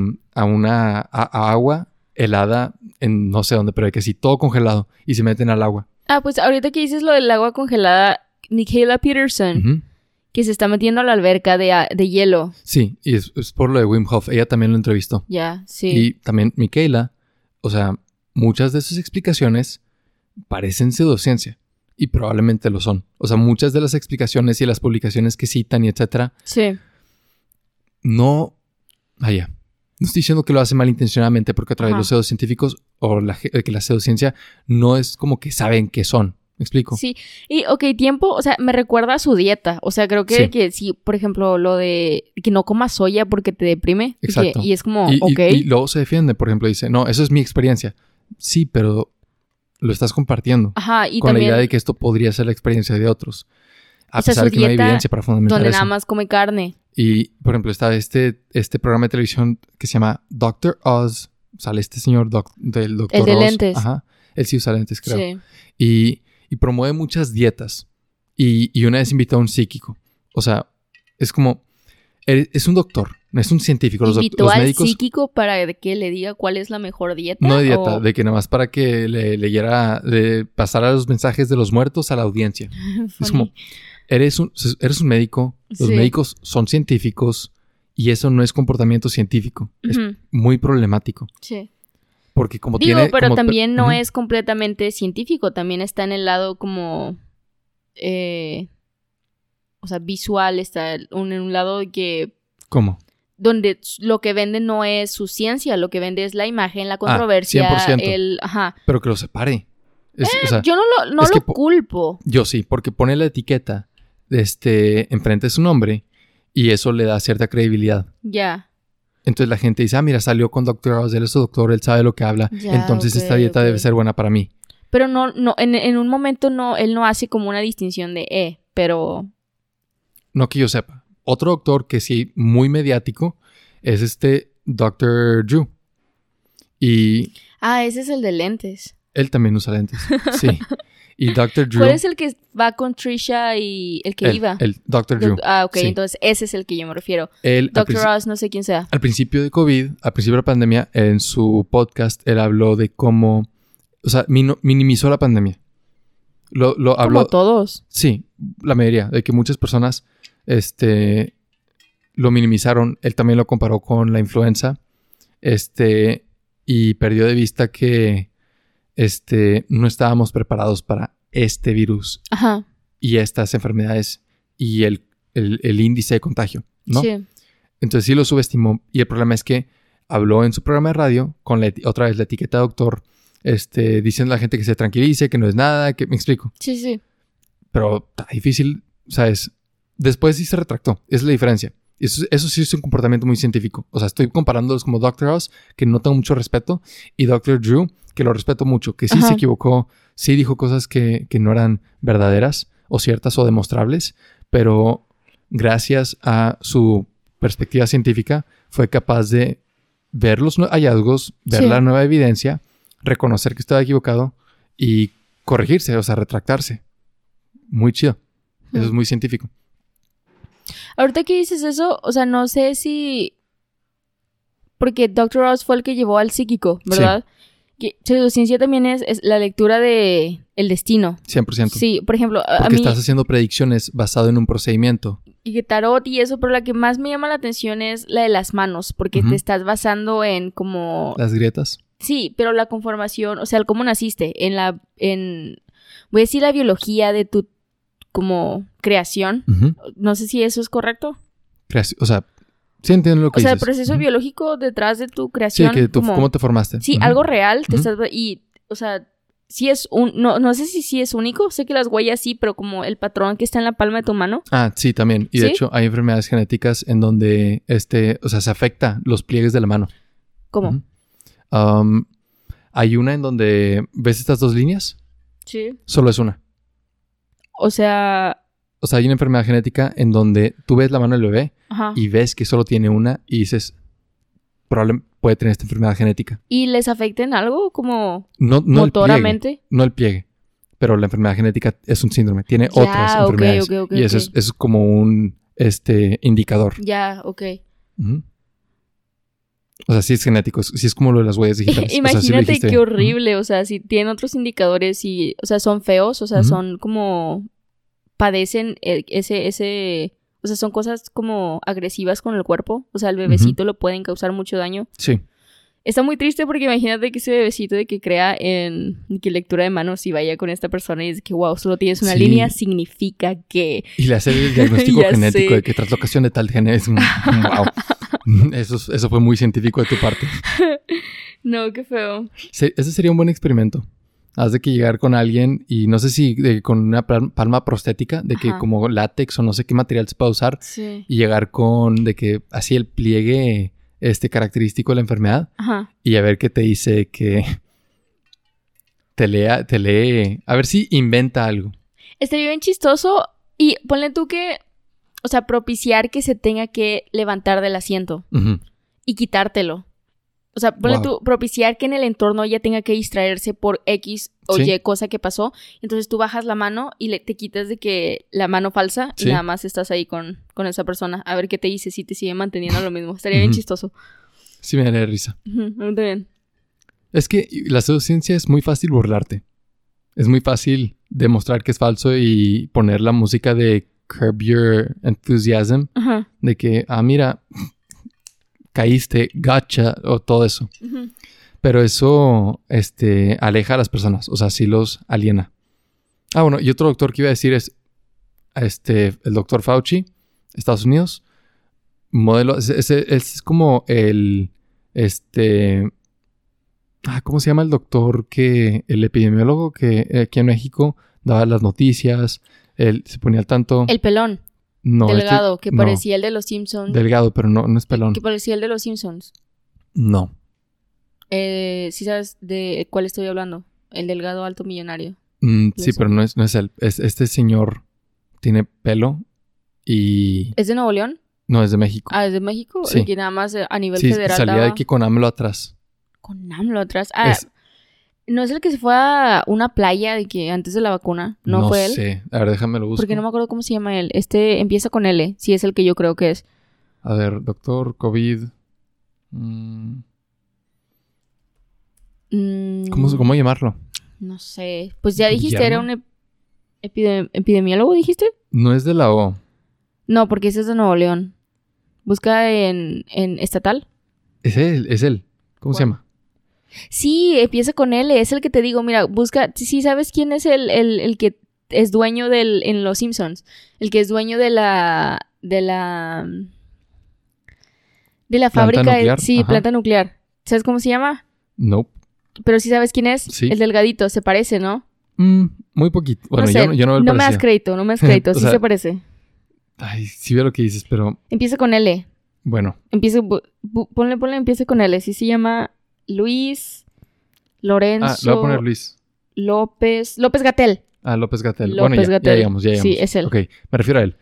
agua helada en no sé dónde, pero hay que sí, todo congelado. Y se meten al agua. Ah, pues ahorita que dices lo del agua congelada, Mikhaila Peterson, que se está metiendo a la alberca de hielo. Sí, y es por lo de Wim Hof. Ella también lo entrevistó. Ya, sí. Y también Mikhaila, o sea, muchas de sus explicaciones parecen pseudociencia. Y probablemente lo son. O sea, muchas de las explicaciones y las publicaciones que citan y etcétera. Sí. No... Vaya. No estoy diciendo que lo hace malintencionadamente porque a través de los pseudocientíficos o que la pseudociencia no es como que saben qué son. ¿Me explico? Sí. Y, tiempo, o sea, me recuerda a su dieta. O sea, creo que sí, por ejemplo, lo de que no comas soya porque te deprime. Exacto. Y es como, y luego se defiende, por ejemplo, dice, no, eso es mi experiencia. Sí, pero lo estás compartiendo. Ajá, y con también, la idea de que esto podría ser la experiencia de otros. A o sea, pesar su de que no hay dieta evidencia para fundamentar donde eso. nada más come carne. Y, por ejemplo, está este programa de televisión que se llama Dr. Oz. Sale este señor del Dr. El de Oz. lentes. Ajá. Él sí usa lentes, creo. Sí. Y promueve muchas dietas. Y una vez invitó a un psíquico. O sea, es como... Es un doctor, no es un científico. ¿Invitó los al médicos, psíquico para que le diga cuál es la mejor dieta? no de dieta, de que nada más para que le leyera, le pasara los mensajes de los muertos a la audiencia. Es como, eres un médico, los médicos son científicos y eso no es comportamiento científico. Es muy problemático. Sí. Porque como pero como, también no es completamente científico, también está en el lado como... o sea, visual, está en un lado que... ¿Cómo? Donde lo que vende no es su ciencia, lo que vende es la imagen, la controversia, 100%. Ajá. Pero que lo separe. O sea, yo no lo culpo. Yo sí, porque pone la etiqueta enfrente de su nombre y eso le da cierta credibilidad. Ya. Entonces la gente dice, mira, salió con Dr. Oz, él es doctor, él sabe lo que habla, ya, entonces esta dieta debe ser buena para mí. Pero no, en un momento no, él no hace como una distinción de pero... No que yo sepa. Otro doctor que sí, muy mediático, es Dr. Drew. Y... ese es el de lentes. Él también usa lentes, sí. Y Dr. Drew... ¿Cuál es el que va con Trisha y el que iba? El Dr. Drew. Ok, sí. Entonces ese es el que yo me refiero. Dr. Oz, no sé quién sea. Al principio de COVID, al principio de la pandemia, en su podcast, él habló de cómo... O sea, minimizó la pandemia. Lo habló... Como todos. Sí, la mayoría. De que muchas personas lo minimizaron. Él también lo comparó con la influenza. Y perdió de vista que no estábamos preparados para este virus. Ajá. Y estas enfermedades y el índice de contagio, ¿no? Sí. Entonces sí lo subestimó. Y el problema es que habló en su programa de radio con otra vez la etiqueta doctor, diciendo a la gente que se tranquilice, que no es nada, que me explico. Sí, sí. Pero está difícil, ¿sabes? Después sí se retractó. Esa es la diferencia. Eso sí es un comportamiento muy científico. O sea, estoy comparándolos como Dr. Oz, que no tengo mucho respeto, y Dr. Drew, que lo respeto mucho, que sí se equivocó, sí dijo cosas que no eran verdaderas o ciertas o demostrables, pero gracias a su perspectiva científica fue capaz de ver los hallazgos, ver la nueva evidencia, reconocer que estaba equivocado y corregirse, o sea, retractarse. Muy chido. Eso es muy científico. Ahorita que dices eso, o sea, no sé si... Porque Dr. Oz fue el que llevó al psíquico, ¿verdad? Sí. Pseudociencia también es la lectura de el destino. 100%. Sí, por ejemplo, porque estás haciendo predicciones basado en un procedimiento. Y que tarot y eso, pero la que más me llama la atención es la de las manos, porque te estás basando en como... Las grietas. Sí, pero la conformación, o sea, el cómo naciste, voy a decir la biología de tu como creación. No sé si eso es correcto. O sea, sí entiendo lo que dices. O sea, el proceso biológico detrás de tu creación. Sí, que cómo te formaste. Sí, algo real. O sea, sí es no sé si sí es único. Sé que las huellas sí, pero como el patrón que está en la palma de tu mano. Ah, sí, también. Y de hecho hay enfermedades genéticas en donde o sea, se afecta los pliegues de la mano. ¿Cómo? Hay una en donde, ¿ves estas dos líneas? Sí. Solo es una. O sea, hay una enfermedad genética en donde tú ves la mano del bebé y ves que solo tiene una y dices, probablemente puede tener esta enfermedad genética. ¿Y les afecta en algo como no motoramente? No el pliegue, pero la enfermedad genética es un síndrome. Tiene otras enfermedades. Y eso es como un indicador. Ya, ok. O sea, sí es genético, sí es como lo de las huellas digitales. Imagínate, o sea, qué horrible, o sea, si tienen otros indicadores y, o sea, son feos, o sea, son como, padecen o sea, son cosas como agresivas con el cuerpo, o sea, al bebecito lo pueden causar mucho daño. Sí. Está muy triste porque imagínate que ese bebecito de que crea en que lectura de manos y vaya con esta persona y dice que wow, solo tienes una línea, significa que... Y le hace el diagnóstico genético de que traslocación de tal gen es wow. Eso fue muy científico de tu parte. No, qué feo. Ese sería un buen experimento. Has de que llegar con alguien y no sé si con una palma prostética, de que como látex o no sé qué material se puede usar. Sí. Y llegar con de que así el pliegue característico de la enfermedad. Ajá. Y a ver qué te dice que te lee. A ver si inventa algo. Estaría bien chistoso y ponle tú que, o sea, propiciar que se tenga que levantar del asiento Uh-huh. y quitártelo. O sea, ponle tú, propiciar que en el entorno ella tenga que distraerse por X o Sí. Y cosa que pasó. Entonces tú bajas la mano y te quitas de que la mano falsa Sí. y nada más estás ahí con esa persona. A ver qué te dice, si te sigue manteniendo lo mismo. Estaría bien chistoso. Sí me daría risa. Muy bien. Es que la pseudociencia es muy fácil burlarte. Es muy fácil demostrar que es falso y poner la música de Curb Your Enthusiasm. Ajá. De que, mira, caíste, gacha, o todo eso. Uh-huh. Pero eso, aleja a las personas. O sea, sí los aliena. Bueno, y otro doctor que iba a decir es, el doctor Fauci, Estados Unidos. Modelo, es como el, ¿cómo se llama el doctor el epidemiólogo que aquí en México daba las noticias? Se ponía al tanto. El pelón. No, delgado, que parecía el de los Simpsons. Delgado, pero no es pelón. Que parecía el de los Simpsons. No. ¿Sí sabes de cuál estoy hablando? El delgado alto millonario. Sí, pero no es él. Este señor tiene pelo y... ¿Es de Nuevo León? No, es de México. ¿Es de México? Sí. Y que nada más a nivel sí, federal salía daba... de aquí con AMLO atrás. Con AMLO atrás. ¿No es el que se fue a una playa de que antes de la vacuna? ¿No fue él? No sé. A ver, déjame lo busco. Porque no me acuerdo cómo se llama él. Empieza con L. Sí, es el que yo creo que es. A ver, doctor COVID. ¿Cómo llamarlo? No sé. Pues ya dijiste, ¿Guillermo? era un epidemiólogo, ¿dijiste? No es de la O. No, porque ese es de Nuevo León. Busca en estatal. Es él. ¿Cómo se llama? Sí, empieza con L. Es el que te digo, mira, busca... Sí, ¿sabes quién es el que es dueño en Los Simpsons? El que es dueño de la fábrica... nuclear. Sí, Ajá. planta nuclear. ¿Sabes cómo se llama? Nope. Pero sí sabes quién es. Sí. El delgadito, se parece, ¿no? Muy poquito. Bueno, no sé, yo no veo el no me das parecido. crédito. O Sí sea, se parece. Ay, sí veo lo que dices, pero... Empieza con L. Bueno. Ponle, empieza con L. Sí se llama Luis Lorenzo... Le voy a poner Luis. López Gatell. López-Gatell. López Bueno, ya Gatell. llegamos. Sí, es él. Ok, me refiero a él.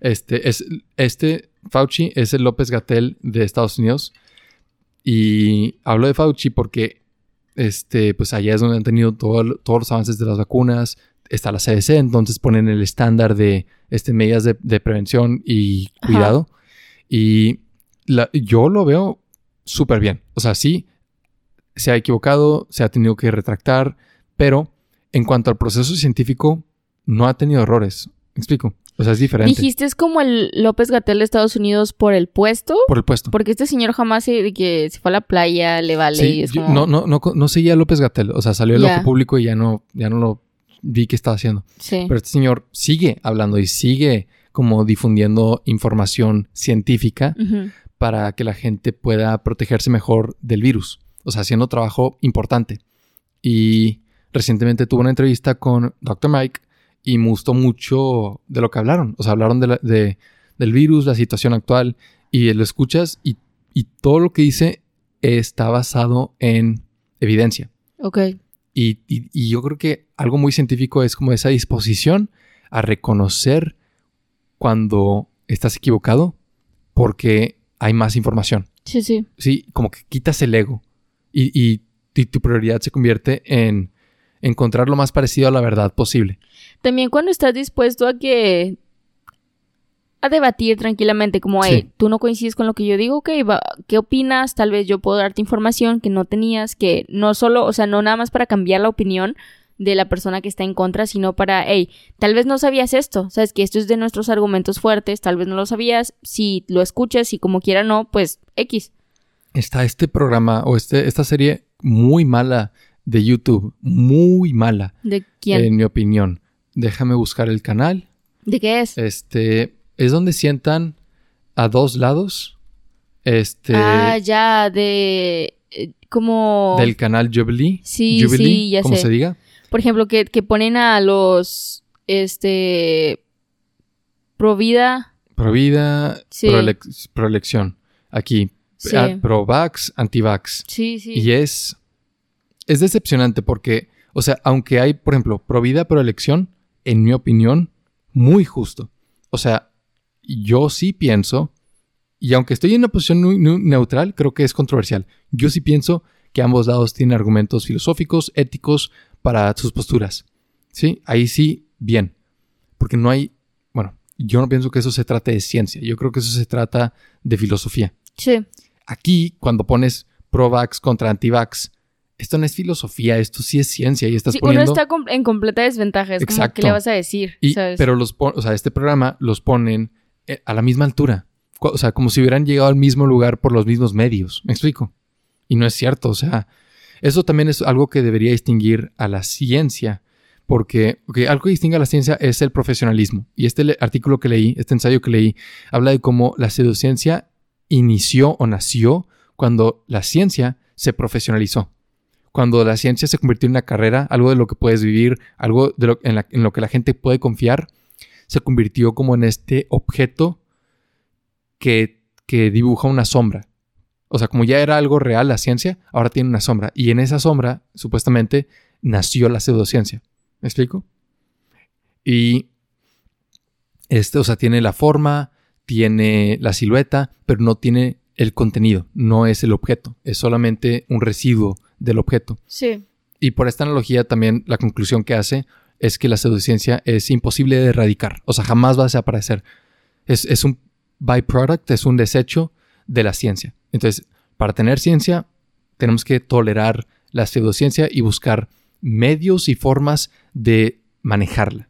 Fauci es el López-Gatell de Estados Unidos. Y hablo de Fauci porque pues allá es donde han tenido todos los avances de las vacunas. Está la CDC, entonces ponen el estándar de medidas de prevención y cuidado. Ajá. Y yo lo veo súper bien. O sea, sí, se ha equivocado, se ha tenido que retractar, pero en cuanto al proceso científico, no ha tenido errores. ¿Me explico? O sea, es diferente. ¿Dijiste es como el López-Gatell de Estados Unidos por el puesto? Por el puesto. Porque este señor jamás de que se fue a la playa, le vale. Sí, y es como... no seguía a López-Gatell. O sea, salió del ojo público y ya no lo vi que estaba haciendo. Sí. Pero este señor sigue hablando y sigue como difundiendo información científica para que la gente pueda protegerse mejor del virus. O sea, haciendo trabajo importante. Y recientemente tuve una entrevista con Dr. Mike y me gustó mucho de lo que hablaron. O sea, hablaron del virus, la situación actual, y lo escuchas y todo lo que dice está basado en evidencia. Ok. Y yo creo que algo muy científico es como esa disposición a reconocer cuando estás equivocado porque hay más información. Sí, sí. Sí, como que quitas el ego y tu prioridad se convierte en encontrar lo más parecido a la verdad posible. También cuando estás dispuesto a debatir tranquilamente, como, hey, tú no coincides con lo que yo digo, ok, ¿qué opinas? Tal vez yo puedo darte información que no tenías, que no solo, o sea, no nada más para cambiar la opinión de la persona que está en contra, sino para, hey, tal vez no sabías esto, sabes que esto es de nuestros argumentos fuertes, tal vez no lo sabías, si lo escuchas y como quiera no, pues X. Está este programa o esta serie muy mala de YouTube, muy mala. ¿De quién? En mi opinión. Déjame buscar el canal. ¿De qué es? Es donde sientan a dos lados. Ya, como... Del canal Jubilee. Sí, Jubilee, sí, ya como sé. se diga. Por ejemplo, que ponen a los, Provida. Provida, Sí. proelección. Aquí, Sí. pro-vax, anti-vax. Sí, sí. Y es decepcionante porque, o sea, aunque hay, por ejemplo, provida, proelección, en mi opinión, muy justo. O sea, yo sí pienso, y aunque estoy en una posición muy neutral, creo que es controversial. Yo sí pienso que ambos lados tienen argumentos filosóficos, éticos para sus posturas. ¿Sí? Ahí sí, bien. Porque no hay... Bueno, yo no pienso que eso se trate de ciencia. Yo creo que eso se trata de filosofía. Sí. Aquí, cuando pones pro-vax contra anti-vax, esto no es filosofía, esto sí es ciencia y estás Sí, poniendo... uno está en completa desventaja. Es como, Exacto. ¿qué le vas a decir? ¿Sabes? Pero o sea, este programa los ponen a la misma altura. O sea, como si hubieran llegado al mismo lugar por los mismos medios. ¿Me explico? Y no es cierto. O sea, eso también es algo que debería distinguir a la ciencia. Porque algo que distingue a la ciencia es el profesionalismo. Y este artículo que leí, este ensayo que leí, habla de cómo la pseudociencia inició o nació cuando la ciencia se profesionalizó. Cuando la ciencia se convirtió en una carrera, algo de lo que puedes vivir, algo de en lo que la gente puede confiar, se convirtió como en este objeto que dibuja una sombra. O sea, como ya era algo real la ciencia, ahora tiene una sombra. Y en esa sombra, supuestamente, nació la pseudociencia. ¿Me explico? Y o sea, tiene la forma, tiene la silueta, pero no tiene el contenido. No es el objeto. Es solamente un residuo del objeto. Sí. Y por esta analogía también la conclusión que hace es que la pseudociencia es imposible de erradicar. O sea, jamás va a desaparecer. Es un byproduct, es un desecho de la ciencia. Entonces, para tener ciencia, tenemos que tolerar la pseudociencia y buscar medios y formas de manejarla.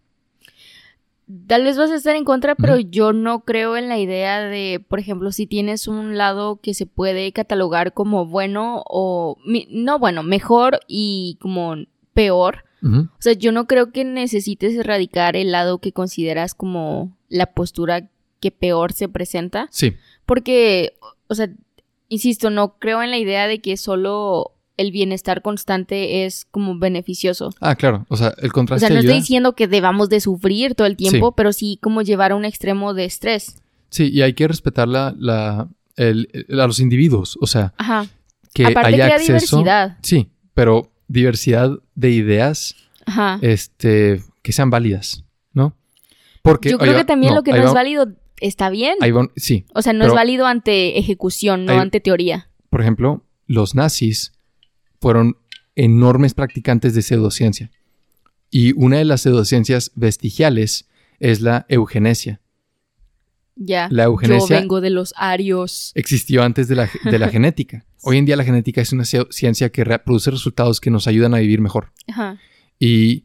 Tal vez vas a estar en contra, pero yo no creo en la idea de, por ejemplo, si tienes un lado que se puede catalogar como bueno o... no bueno, mejor y como peor. O sea, yo no creo que necesites erradicar el lado que consideras como la postura que peor se presenta. Sí. Porque, o sea, insisto, no creo en la idea de que solo el bienestar constante es como beneficioso. Ah, claro. O sea, el contraste O sea, no ayuda. estoy diciendo que debamos de sufrir todo el tiempo, Sí. pero sí como llevar a un extremo de estrés. Sí, y hay que respetar a los individuos. O sea, Ajá. que Aparte haya crea acceso. diversidad. Sí, pero diversidad de ideas Ajá. que sean válidas, ¿no? Porque Yo creo que también lo que no es válido está bien. Sí. O sea, no es válido ante ejecución, no ante teoría. Por ejemplo, los nazis fueron enormes practicantes de pseudociencia. Y una de las pseudociencias vestigiales es la eugenesia. Ya. La eugenesia Yo vengo de los arios. existió antes de la genética. Hoy en día la genética es una ciencia que produce resultados que nos ayudan a vivir mejor. Ajá. Y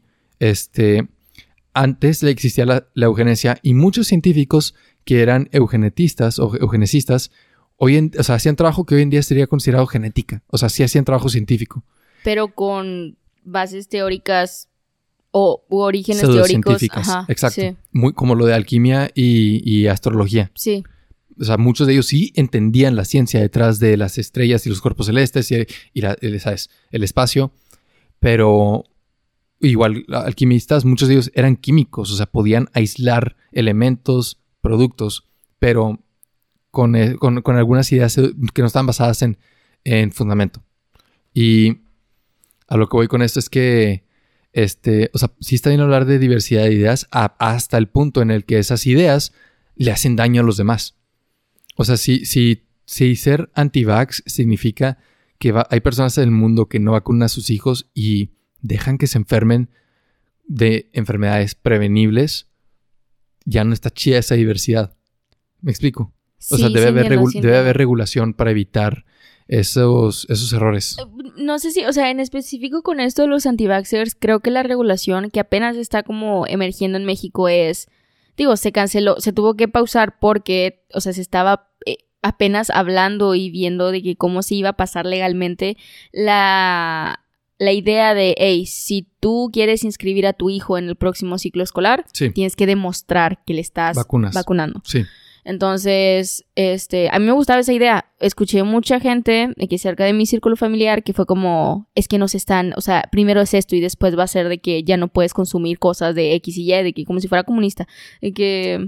antes existía la eugenesia y muchos científicos que eran eugenetistas o eugenecistas o sea, hacían trabajo que hoy en día sería considerado genética. O sea, sí hacían trabajo científico. Pero con bases teóricas u orígenes Pseudocientíficas. teóricos. Ajá, exacto. Sí. Muy como lo de alquimia y astrología. Sí. O sea, muchos de ellos sí entendían la ciencia detrás de las estrellas y los cuerpos celestes ¿sabes? El espacio. Pero igual, alquimistas, muchos de ellos eran químicos. O sea, podían aislar elementos, productos, pero con algunas ideas que no estaban basadas en fundamento. Y a lo que voy con esto es que, o sea, sí está bien hablar de diversidad de ideas hasta el punto en el que esas ideas le hacen daño a los demás. O sea, si ser anti-vax significa que hay personas en el mundo que no vacunan a sus hijos y dejan que se enfermen de enfermedades prevenibles, ya no está chida esa diversidad. ¿Me explico? O sea, debe haber regulación para evitar esos errores. No sé si, o sea, en específico con esto de los anti-vaxxers, creo que la regulación que apenas está como emergiendo en México se canceló, se tuvo que pausar porque, o sea, se estaba apenas hablando y viendo de que cómo se iba a pasar legalmente la idea de, hey, si tú quieres inscribir a tu hijo en el próximo ciclo escolar, Sí. tienes que demostrar que le estás vacunando. Sí. Entonces, a mí me gustaba esa idea. Escuché mucha gente aquí cerca de mi círculo familiar que fue como, es que nos están, o sea, primero es esto y después va a ser de que ya no puedes consumir cosas de X y Y, de que como si fuera comunista, de que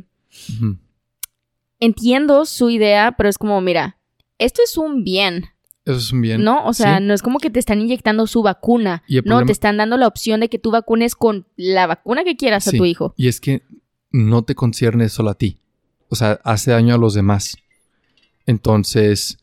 entiendo su idea, pero es como, mira, esto es un bien. Eso es un bien. ¿No? O sea, sí. no es como que te están inyectando su vacuna. No, te están dando la opción de que tú vacunes con la vacuna que quieras a tu hijo. Y es que no te concierne solo a ti. O sea, hace daño a los demás. Entonces,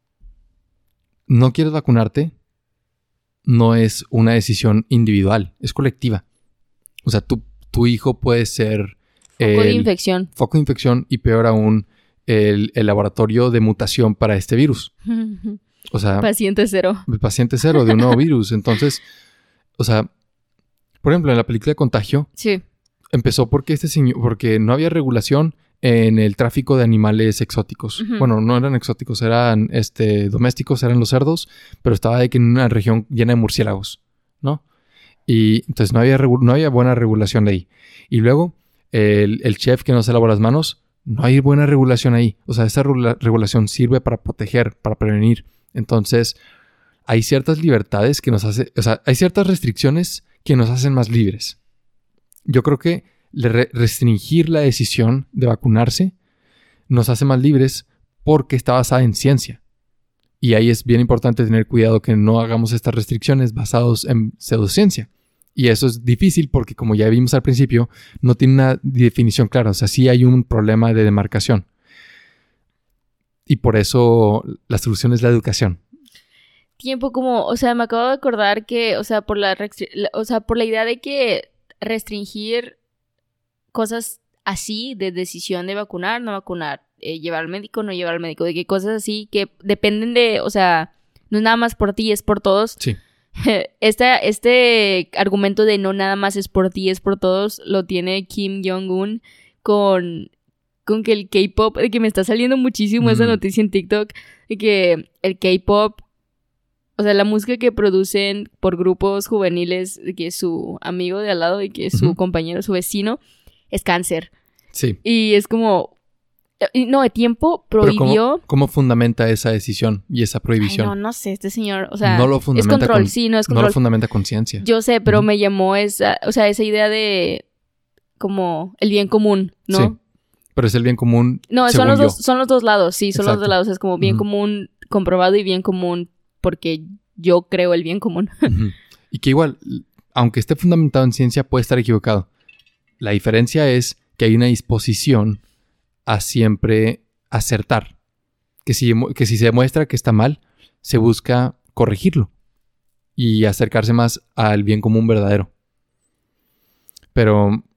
no quieres vacunarte, no es una decisión individual, es colectiva. O sea, tu hijo puede ser foco de infección. Foco de infección y peor aún, el laboratorio de mutación para este virus. O sea, paciente cero. El paciente cero de un nuevo virus. Entonces, o sea, por ejemplo, en la película de Contagio, sí, empezó porque porque no había regulación en el tráfico de animales exóticos. Bueno, no eran exóticos, eran domésticos, eran los cerdos, pero estaba de que en una región llena de murciélagos, ¿no? Y entonces no había buena regulación de ahí. Y luego, el chef que no se lava las manos, no hay buena regulación ahí. O sea, esa regulación sirve para proteger, para prevenir. Entonces, hay ciertas libertades que hay ciertas restricciones que nos hacen más libres. Yo creo que restringir la decisión de vacunarse nos hace más libres porque está basada en ciencia. Y ahí es bien importante tener cuidado que no hagamos estas restricciones basadas en pseudociencia. Y eso es difícil porque, como ya vimos al principio, no tiene una definición clara. O sea, sí hay un problema de demarcación. Y por eso la solución es la educación. Tiempo como, o sea, me acabo de acordar que, o sea, por la idea de que restringir cosas así de decisión de vacunar, no vacunar, llevar al médico, no llevar al médico, de que cosas así que dependen de, o sea, no es nada más por ti, es por todos. Sí. Este argumento de no nada más es por ti, es por todos, lo tiene Kim Jong-un con que el K-pop, de que me está saliendo muchísimo esa noticia en TikTok, de que el K-pop, o sea, la música que producen por grupos juveniles, de que su amigo de al lado, de que su compañero, su vecino, es cáncer. Sí. Y es como... No, de tiempo prohibió... Pero ¿cómo fundamenta esa decisión y esa prohibición? Ay, no sé, este señor, o sea... No lo fundamenta es control, sí, no es control. No lo fundamenta con ciencia. Yo sé, pero me llamó esa idea de... como el bien común, ¿no? Sí, pero es el bien común. No, son los dos lados, sí, son Exacto. los dos lados. Es como bien común comprobado y bien común porque yo creo el bien común. Y que igual, aunque esté fundamentado en ciencia, puede estar equivocado. La diferencia es que hay una disposición a siempre acertar. Que si se demuestra que está mal, se busca corregirlo y acercarse más al bien común verdadero. Pero...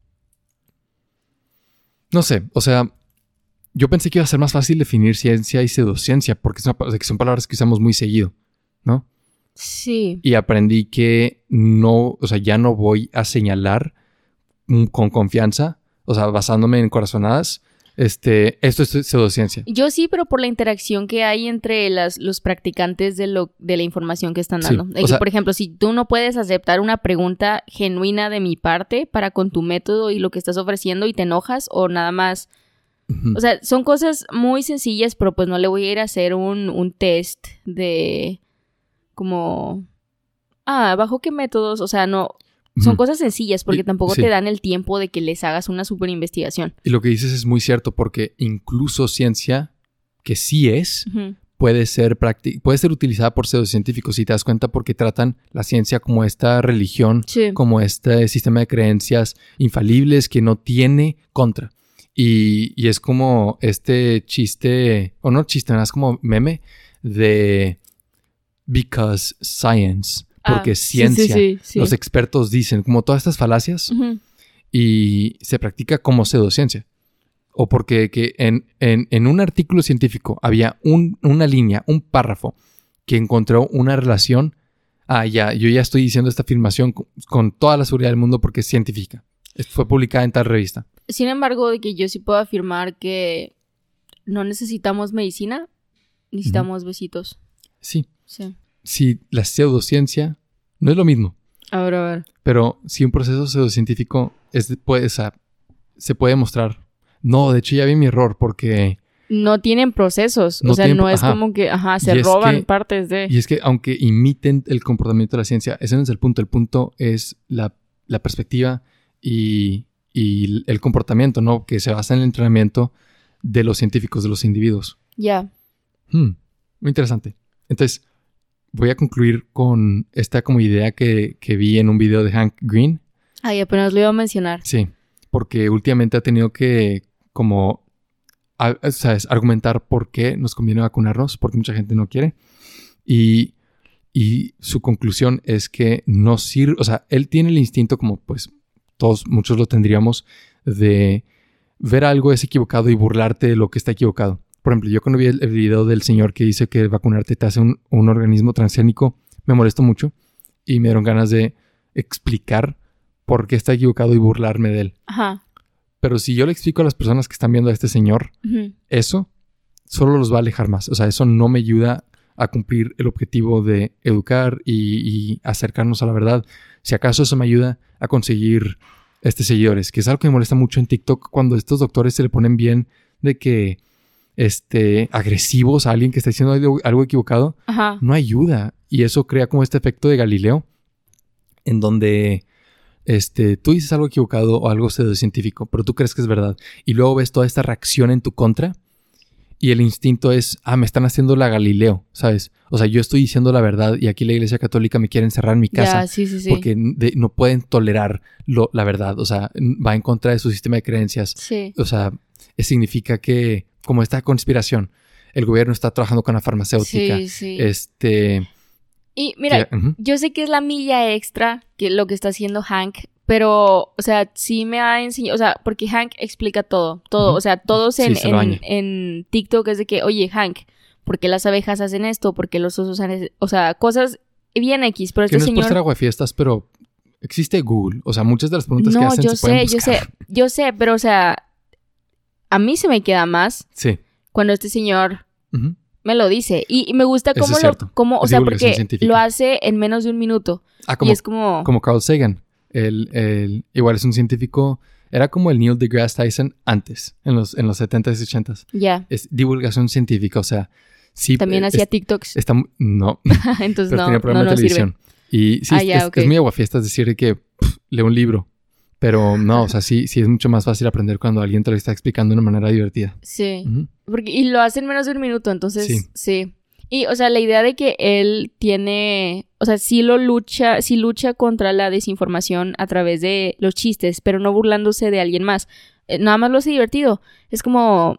no sé, o sea, yo pensé que iba a ser más fácil definir ciencia y pseudociencia porque son palabras que usamos muy seguido, ¿no? Sí. Y aprendí que no, o sea, ya no voy a señalar con confianza, o sea, basándome en corazonadas, esto es pseudociencia. Yo sí, pero por la interacción que hay entre los practicantes de la información que están dando. Sí, o sea, por ejemplo, si tú no puedes aceptar una pregunta genuina de mi parte para con tu método y lo que estás ofreciendo y te enojas o nada más... O sea, son cosas muy sencillas, pero pues no le voy a ir a hacer un test de como... ¿bajo qué métodos? O sea, no... Son cosas sencillas porque tampoco te dan el tiempo de que les hagas una super investigación. Y lo que dices es muy cierto porque incluso ciencia, que sí es, puede ser utilizada por pseudocientíficos, si te das cuenta, porque tratan la ciencia como esta religión, como este sistema de creencias infalibles que no tiene contra. Y es como este chiste, o no chiste, es como meme de because science. Porque ciencia, sí. Los expertos dicen, como todas estas falacias, y se practica como pseudociencia. O porque que en un artículo científico había una línea, un párrafo, que encontró una relación. Yo ya estoy diciendo esta afirmación con toda la seguridad del mundo porque es científica. Fue publicada en tal revista. Sin embargo, de que yo sí puedo afirmar que no necesitamos medicina, necesitamos besitos. Sí. Si la pseudociencia no es lo mismo. A ver. Pero si un proceso pseudocientífico se puede mostrar No, de hecho ya vi mi error porque... No tienen procesos. No o sea, tienen- no es ajá. como que, se Y es roban que- partes de... Y es que aunque imiten el comportamiento de la ciencia, ese no es el punto. El punto es la perspectiva y el comportamiento, ¿no? Que se basa en el entrenamiento de los científicos, de los individuos. Ya. Muy interesante. Entonces, voy a concluir con esta como idea que vi en un video de Hank Green. Ay, apenas lo iba a mencionar. Sí, porque últimamente ha tenido que como, ¿sabes? Argumentar por qué nos conviene vacunarnos, porque mucha gente no quiere. Y su conclusión es que no sirve, o sea, él tiene el instinto como pues muchos lo tendríamos de ver algo es equivocado y burlarte de lo que está equivocado. Por ejemplo, yo cuando vi el video del señor que dice que vacunarte te hace un organismo transgénico, me molestó mucho y me dieron ganas de explicar por qué está equivocado y burlarme de él. Ajá. Pero si yo le explico a las personas que están viendo a este señor, Ujú. eso solo los va a alejar más. O sea, eso no me ayuda a cumplir el objetivo de educar y acercarnos a la verdad. Si acaso eso me ayuda a conseguir seguidores, que es algo que me molesta mucho en TikTok cuando estos doctores se le ponen bien de que agresivos a alguien que está diciendo algo equivocado, Ajá. no ayuda. Y eso crea como este efecto de Galileo, en donde tú dices algo equivocado o algo pseudocientífico, pero tú crees que es verdad. Y luego ves toda esta reacción en tu contra y el instinto es, me están haciendo la Galileo, ¿sabes? O sea, yo estoy diciendo la verdad y aquí la Iglesia Católica me quiere encerrar en mi casa. Ya, sí. Porque no pueden tolerar la verdad. O sea, va en contra de su sistema de creencias. Sí. O sea, significa que, como esta conspiración, el gobierno está trabajando con la farmacéutica. Sí. Y mira, yo sé que es la milla extra que lo que está haciendo Hank, pero, o sea, sí me ha enseñado, o sea, porque Hank explica todo, o sea, todos en TikTok es de que, oye, Hank, ¿por qué las abejas hacen esto? ¿Por qué los osos hacen esto? O sea, cosas bien X, pero que este no señor... es por ser aguafiestas, pero existe Google, o sea, muchas de las preguntas que hacen se pueden buscar. yo sé, pero, o sea, a mí se me queda más cuando este señor... Me lo dice. Y me gusta cómo o sea, porque científica. Lo hace en menos de un minuto. Y es como Carl Sagan. Igual es un científico. Era como el Neil deGrasse Tyson antes, en los 70s y 80s. Ya. Es divulgación científica, o sea, sí. También hacía TikToks. No. Entonces pero tenía programa de televisión. Sirve. Y sí, es muy aguafiestas decir que lee un libro. Pero no, o sea, sí es mucho más fácil aprender cuando alguien te lo está explicando de una manera divertida. Sí. Y lo hace en menos de un minuto, entonces sí. Y, o sea, la idea de que él tiene... O sea, sí lucha contra la desinformación a través de los chistes, pero no burlándose de alguien más. Nada más lo hace divertido. Es como...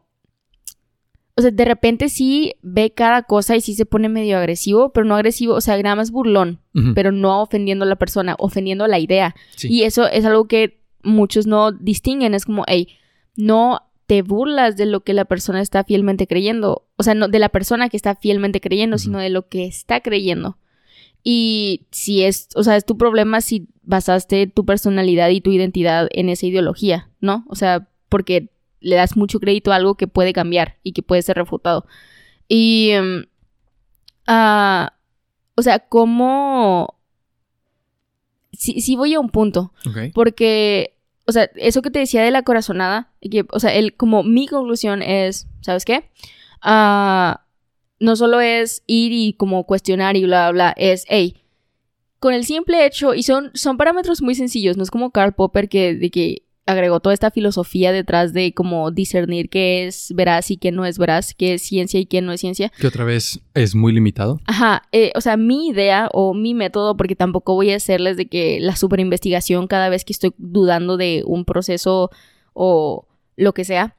O sea, de repente sí ve cada cosa y sí se pone medio agresivo, pero no agresivo, o sea, nada más burlón, pero no ofendiendo a la persona, ofendiendo a la idea. Sí. Y eso es algo que muchos no distinguen, es como, no te burlas de lo que la persona está fielmente creyendo, o sea, no de la persona que está fielmente creyendo, sino de lo que está creyendo. Y si es tu problema si basaste tu personalidad y tu identidad en esa ideología, ¿no? O sea, porque le das mucho crédito a algo que puede cambiar y que puede ser refutado. Y, o sea, ¿cómo? Sí voy a un punto. Okay. Porque, o sea, eso que te decía de la corazonada, que, o sea, como mi conclusión es, ¿sabes qué? No solo es ir y como cuestionar y bla, bla, bla, es, con el simple hecho, y son parámetros muy sencillos, no es como Karl Popper de que agregó toda esta filosofía detrás de como discernir qué es veraz y qué no es veraz, qué es ciencia y qué no es ciencia. Que otra vez es muy limitado. Ajá, o sea, mi idea o mi método, porque tampoco voy a hacerles de que la super investigación cada vez que estoy dudando de un proceso o lo que sea,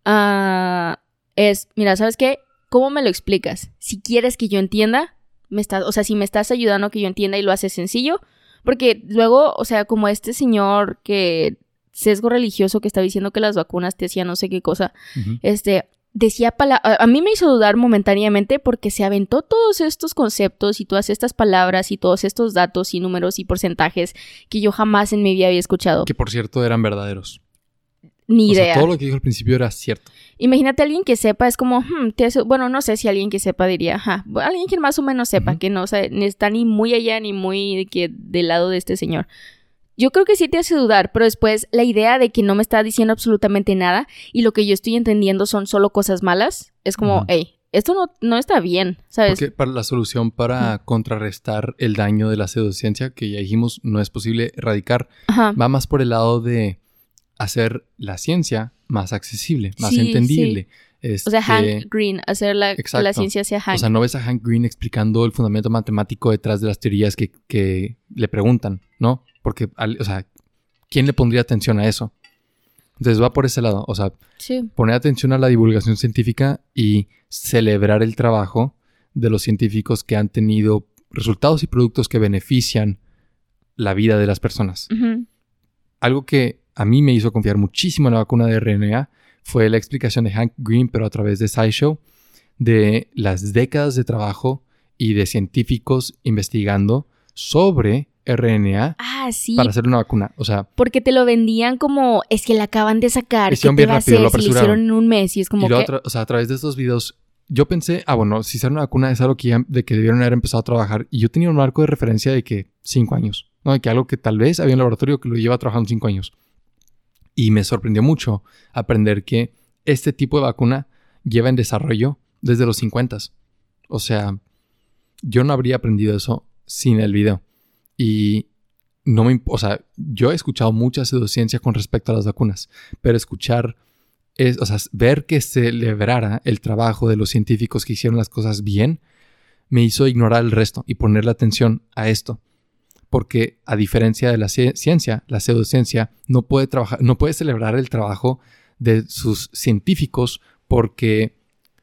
es, mira, ¿sabes qué? ¿Cómo me lo explicas? Si quieres que yo entienda, si me estás ayudando a que yo entienda y lo haces sencillo, porque luego, o sea, como este señor que... sesgo religioso que estaba diciendo que las vacunas te hacían no sé qué cosa, decía a mí me hizo dudar momentáneamente porque se aventó todos estos conceptos y todas estas palabras y todos estos datos y números y porcentajes que yo jamás en mi vida había escuchado. Que por cierto eran verdaderos. Ni idea. Sea, todo lo que dijo al principio era cierto. Imagínate a alguien que sepa, es como, bueno, no sé si alguien que sepa diría, alguien que más o menos sepa, que no está ni muy allá ni muy del lado de este señor. yo creo que sí te hace dudar, pero después la idea de que no me está diciendo absolutamente nada y lo que yo estoy entendiendo son solo cosas malas, es como, hey, esto no está bien, ¿sabes? Porque para la solución para contrarrestar el daño de la pseudociencia, que ya dijimos no es posible erradicar, va más por el lado de hacer la ciencia más accesible, más entendible. Sí. O sea, Hank Green, hacer que la ciencia sea Hank. O sea, no ves a Hank Green explicando el fundamento matemático detrás de las teorías que le preguntan, ¿no? Porque, o sea, ¿quién le pondría atención a eso? Entonces va por ese lado, o sea, poner atención a la divulgación científica y celebrar el trabajo de los científicos que han tenido resultados y productos que benefician la vida de las personas. Algo que a mí me hizo confiar muchísimo en la vacuna de RNA fue la explicación de Hank Green, pero a través de SciShow, de las décadas de trabajo y de científicos investigando sobre RNA para hacer una vacuna. O sea, porque te lo vendían como, es que la acaban de sacar, ¿qué te va a hacer? Si lo hicieron en un mes y es como que... O sea, a través de estos videos, yo pensé, bueno, si hacer una vacuna es algo que de que debieron haber empezado a trabajar. Y yo tenía un marco de referencia de que 5 años, ¿no? De que algo que tal vez había un laboratorio que lo lleva trabajando 5 años. Y me sorprendió mucho aprender que este tipo de vacuna lleva en desarrollo desde los 50s. O sea, yo no habría aprendido eso sin el video. Y no o sea, yo he escuchado mucha pseudociencia con respecto a las vacunas, pero ver que celebrara el trabajo de los científicos que hicieron las cosas bien, me hizo ignorar el resto y ponerle atención a esto. Porque a diferencia de la ciencia, la pseudociencia no puede celebrar el trabajo de sus científicos porque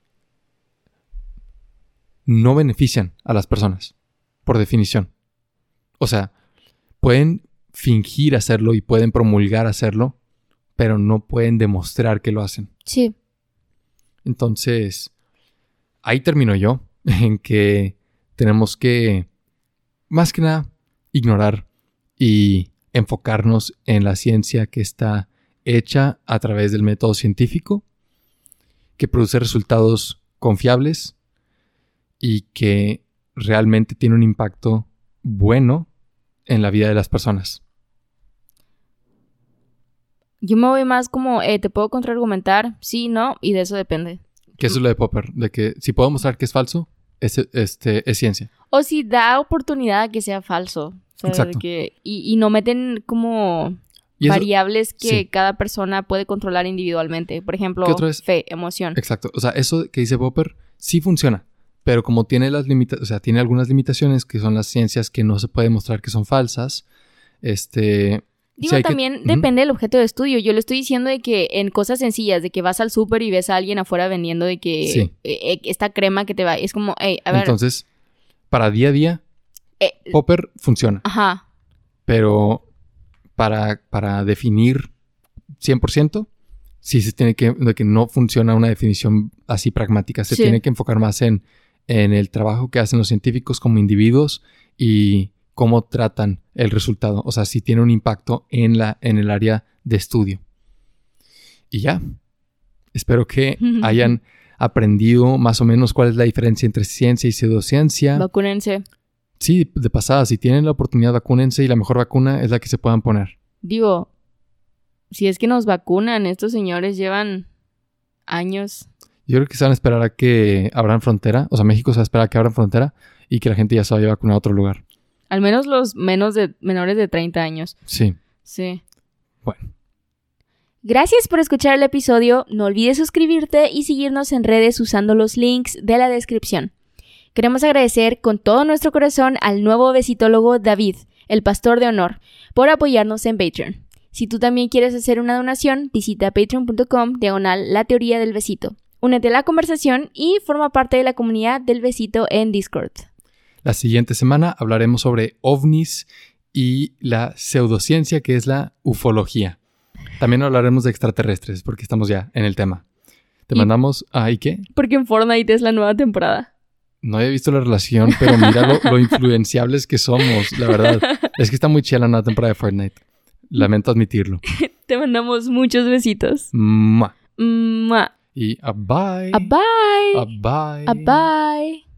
no benefician a las personas, por definición. O sea, pueden fingir hacerlo y pueden promulgar hacerlo, pero no pueden demostrar que lo hacen. Sí. Entonces, ahí termino yo, en que tenemos que, más que nada, ignorar y enfocarnos en la ciencia que está hecha a través del método científico, que produce resultados confiables y que realmente tiene un impacto bueno en la vida de las personas. Yo me voy más como, ¿te puedo contraargumentar? Sí, no, y de eso depende. Que eso es lo de Popper, de que si puedo mostrar que es falso, es ciencia. O si da oportunidad a que sea falso. O sea, exacto. Y no meten como variables que cada persona puede controlar individualmente. Por ejemplo, fe, emoción. Exacto. O sea, eso que dice Popper sí funciona. Pero como tiene tiene algunas limitaciones que son las ciencias que no se puede demostrar que son falsas, Digo, también depende del objeto de estudio. Yo le estoy diciendo de que en cosas sencillas, de que vas al súper y ves a alguien afuera vendiendo de que esta crema que te va, es como, a ver. Entonces, para día a día, Popper funciona. Ajá. Pero para definir 100%, sí se tiene de que no funciona una definición así pragmática. Se tiene que enfocar más en el trabajo que hacen los científicos como individuos y cómo tratan el resultado. O sea, si tiene un impacto en el área de estudio. Y ya. Espero que hayan aprendido más o menos cuál es la diferencia entre ciencia y pseudociencia. Vacúnense. Sí, de pasada. Si tienen la oportunidad, vacúnense y la mejor vacuna es la que se puedan poner. Digo, si es que nos vacunan, estos señores llevan años. Yo creo que se van a esperar a que abran frontera. O sea, México se va a esperar a que abran frontera y que la gente ya se vaya a vacunar a otro lugar. Al menos los menores de 30 años. Sí. Sí. Bueno. Gracias por escuchar el episodio. No olvides suscribirte y seguirnos en redes usando los links de la descripción. Queremos agradecer con todo nuestro corazón al nuevo besitólogo David, el pastor de honor, por apoyarnos en Patreon. Si tú también quieres hacer una donación, visita patreon.com/la teoría del besito. Únete a la conversación y forma parte de la comunidad del besito en Discord. La siguiente semana hablaremos sobre ovnis y la pseudociencia, que es la ufología. También hablaremos de extraterrestres, porque estamos ya en el tema. Te mandamos ¿y qué? Porque en Fortnite es la nueva temporada. No había visto la relación, pero mira lo influenciables que somos, la verdad. Es que está muy chida la nueva temporada de Fortnite. Lamento admitirlo. Te mandamos muchos besitos. ¡Mua! ¡Mua! Y a bye. A bye. A bye. A bye.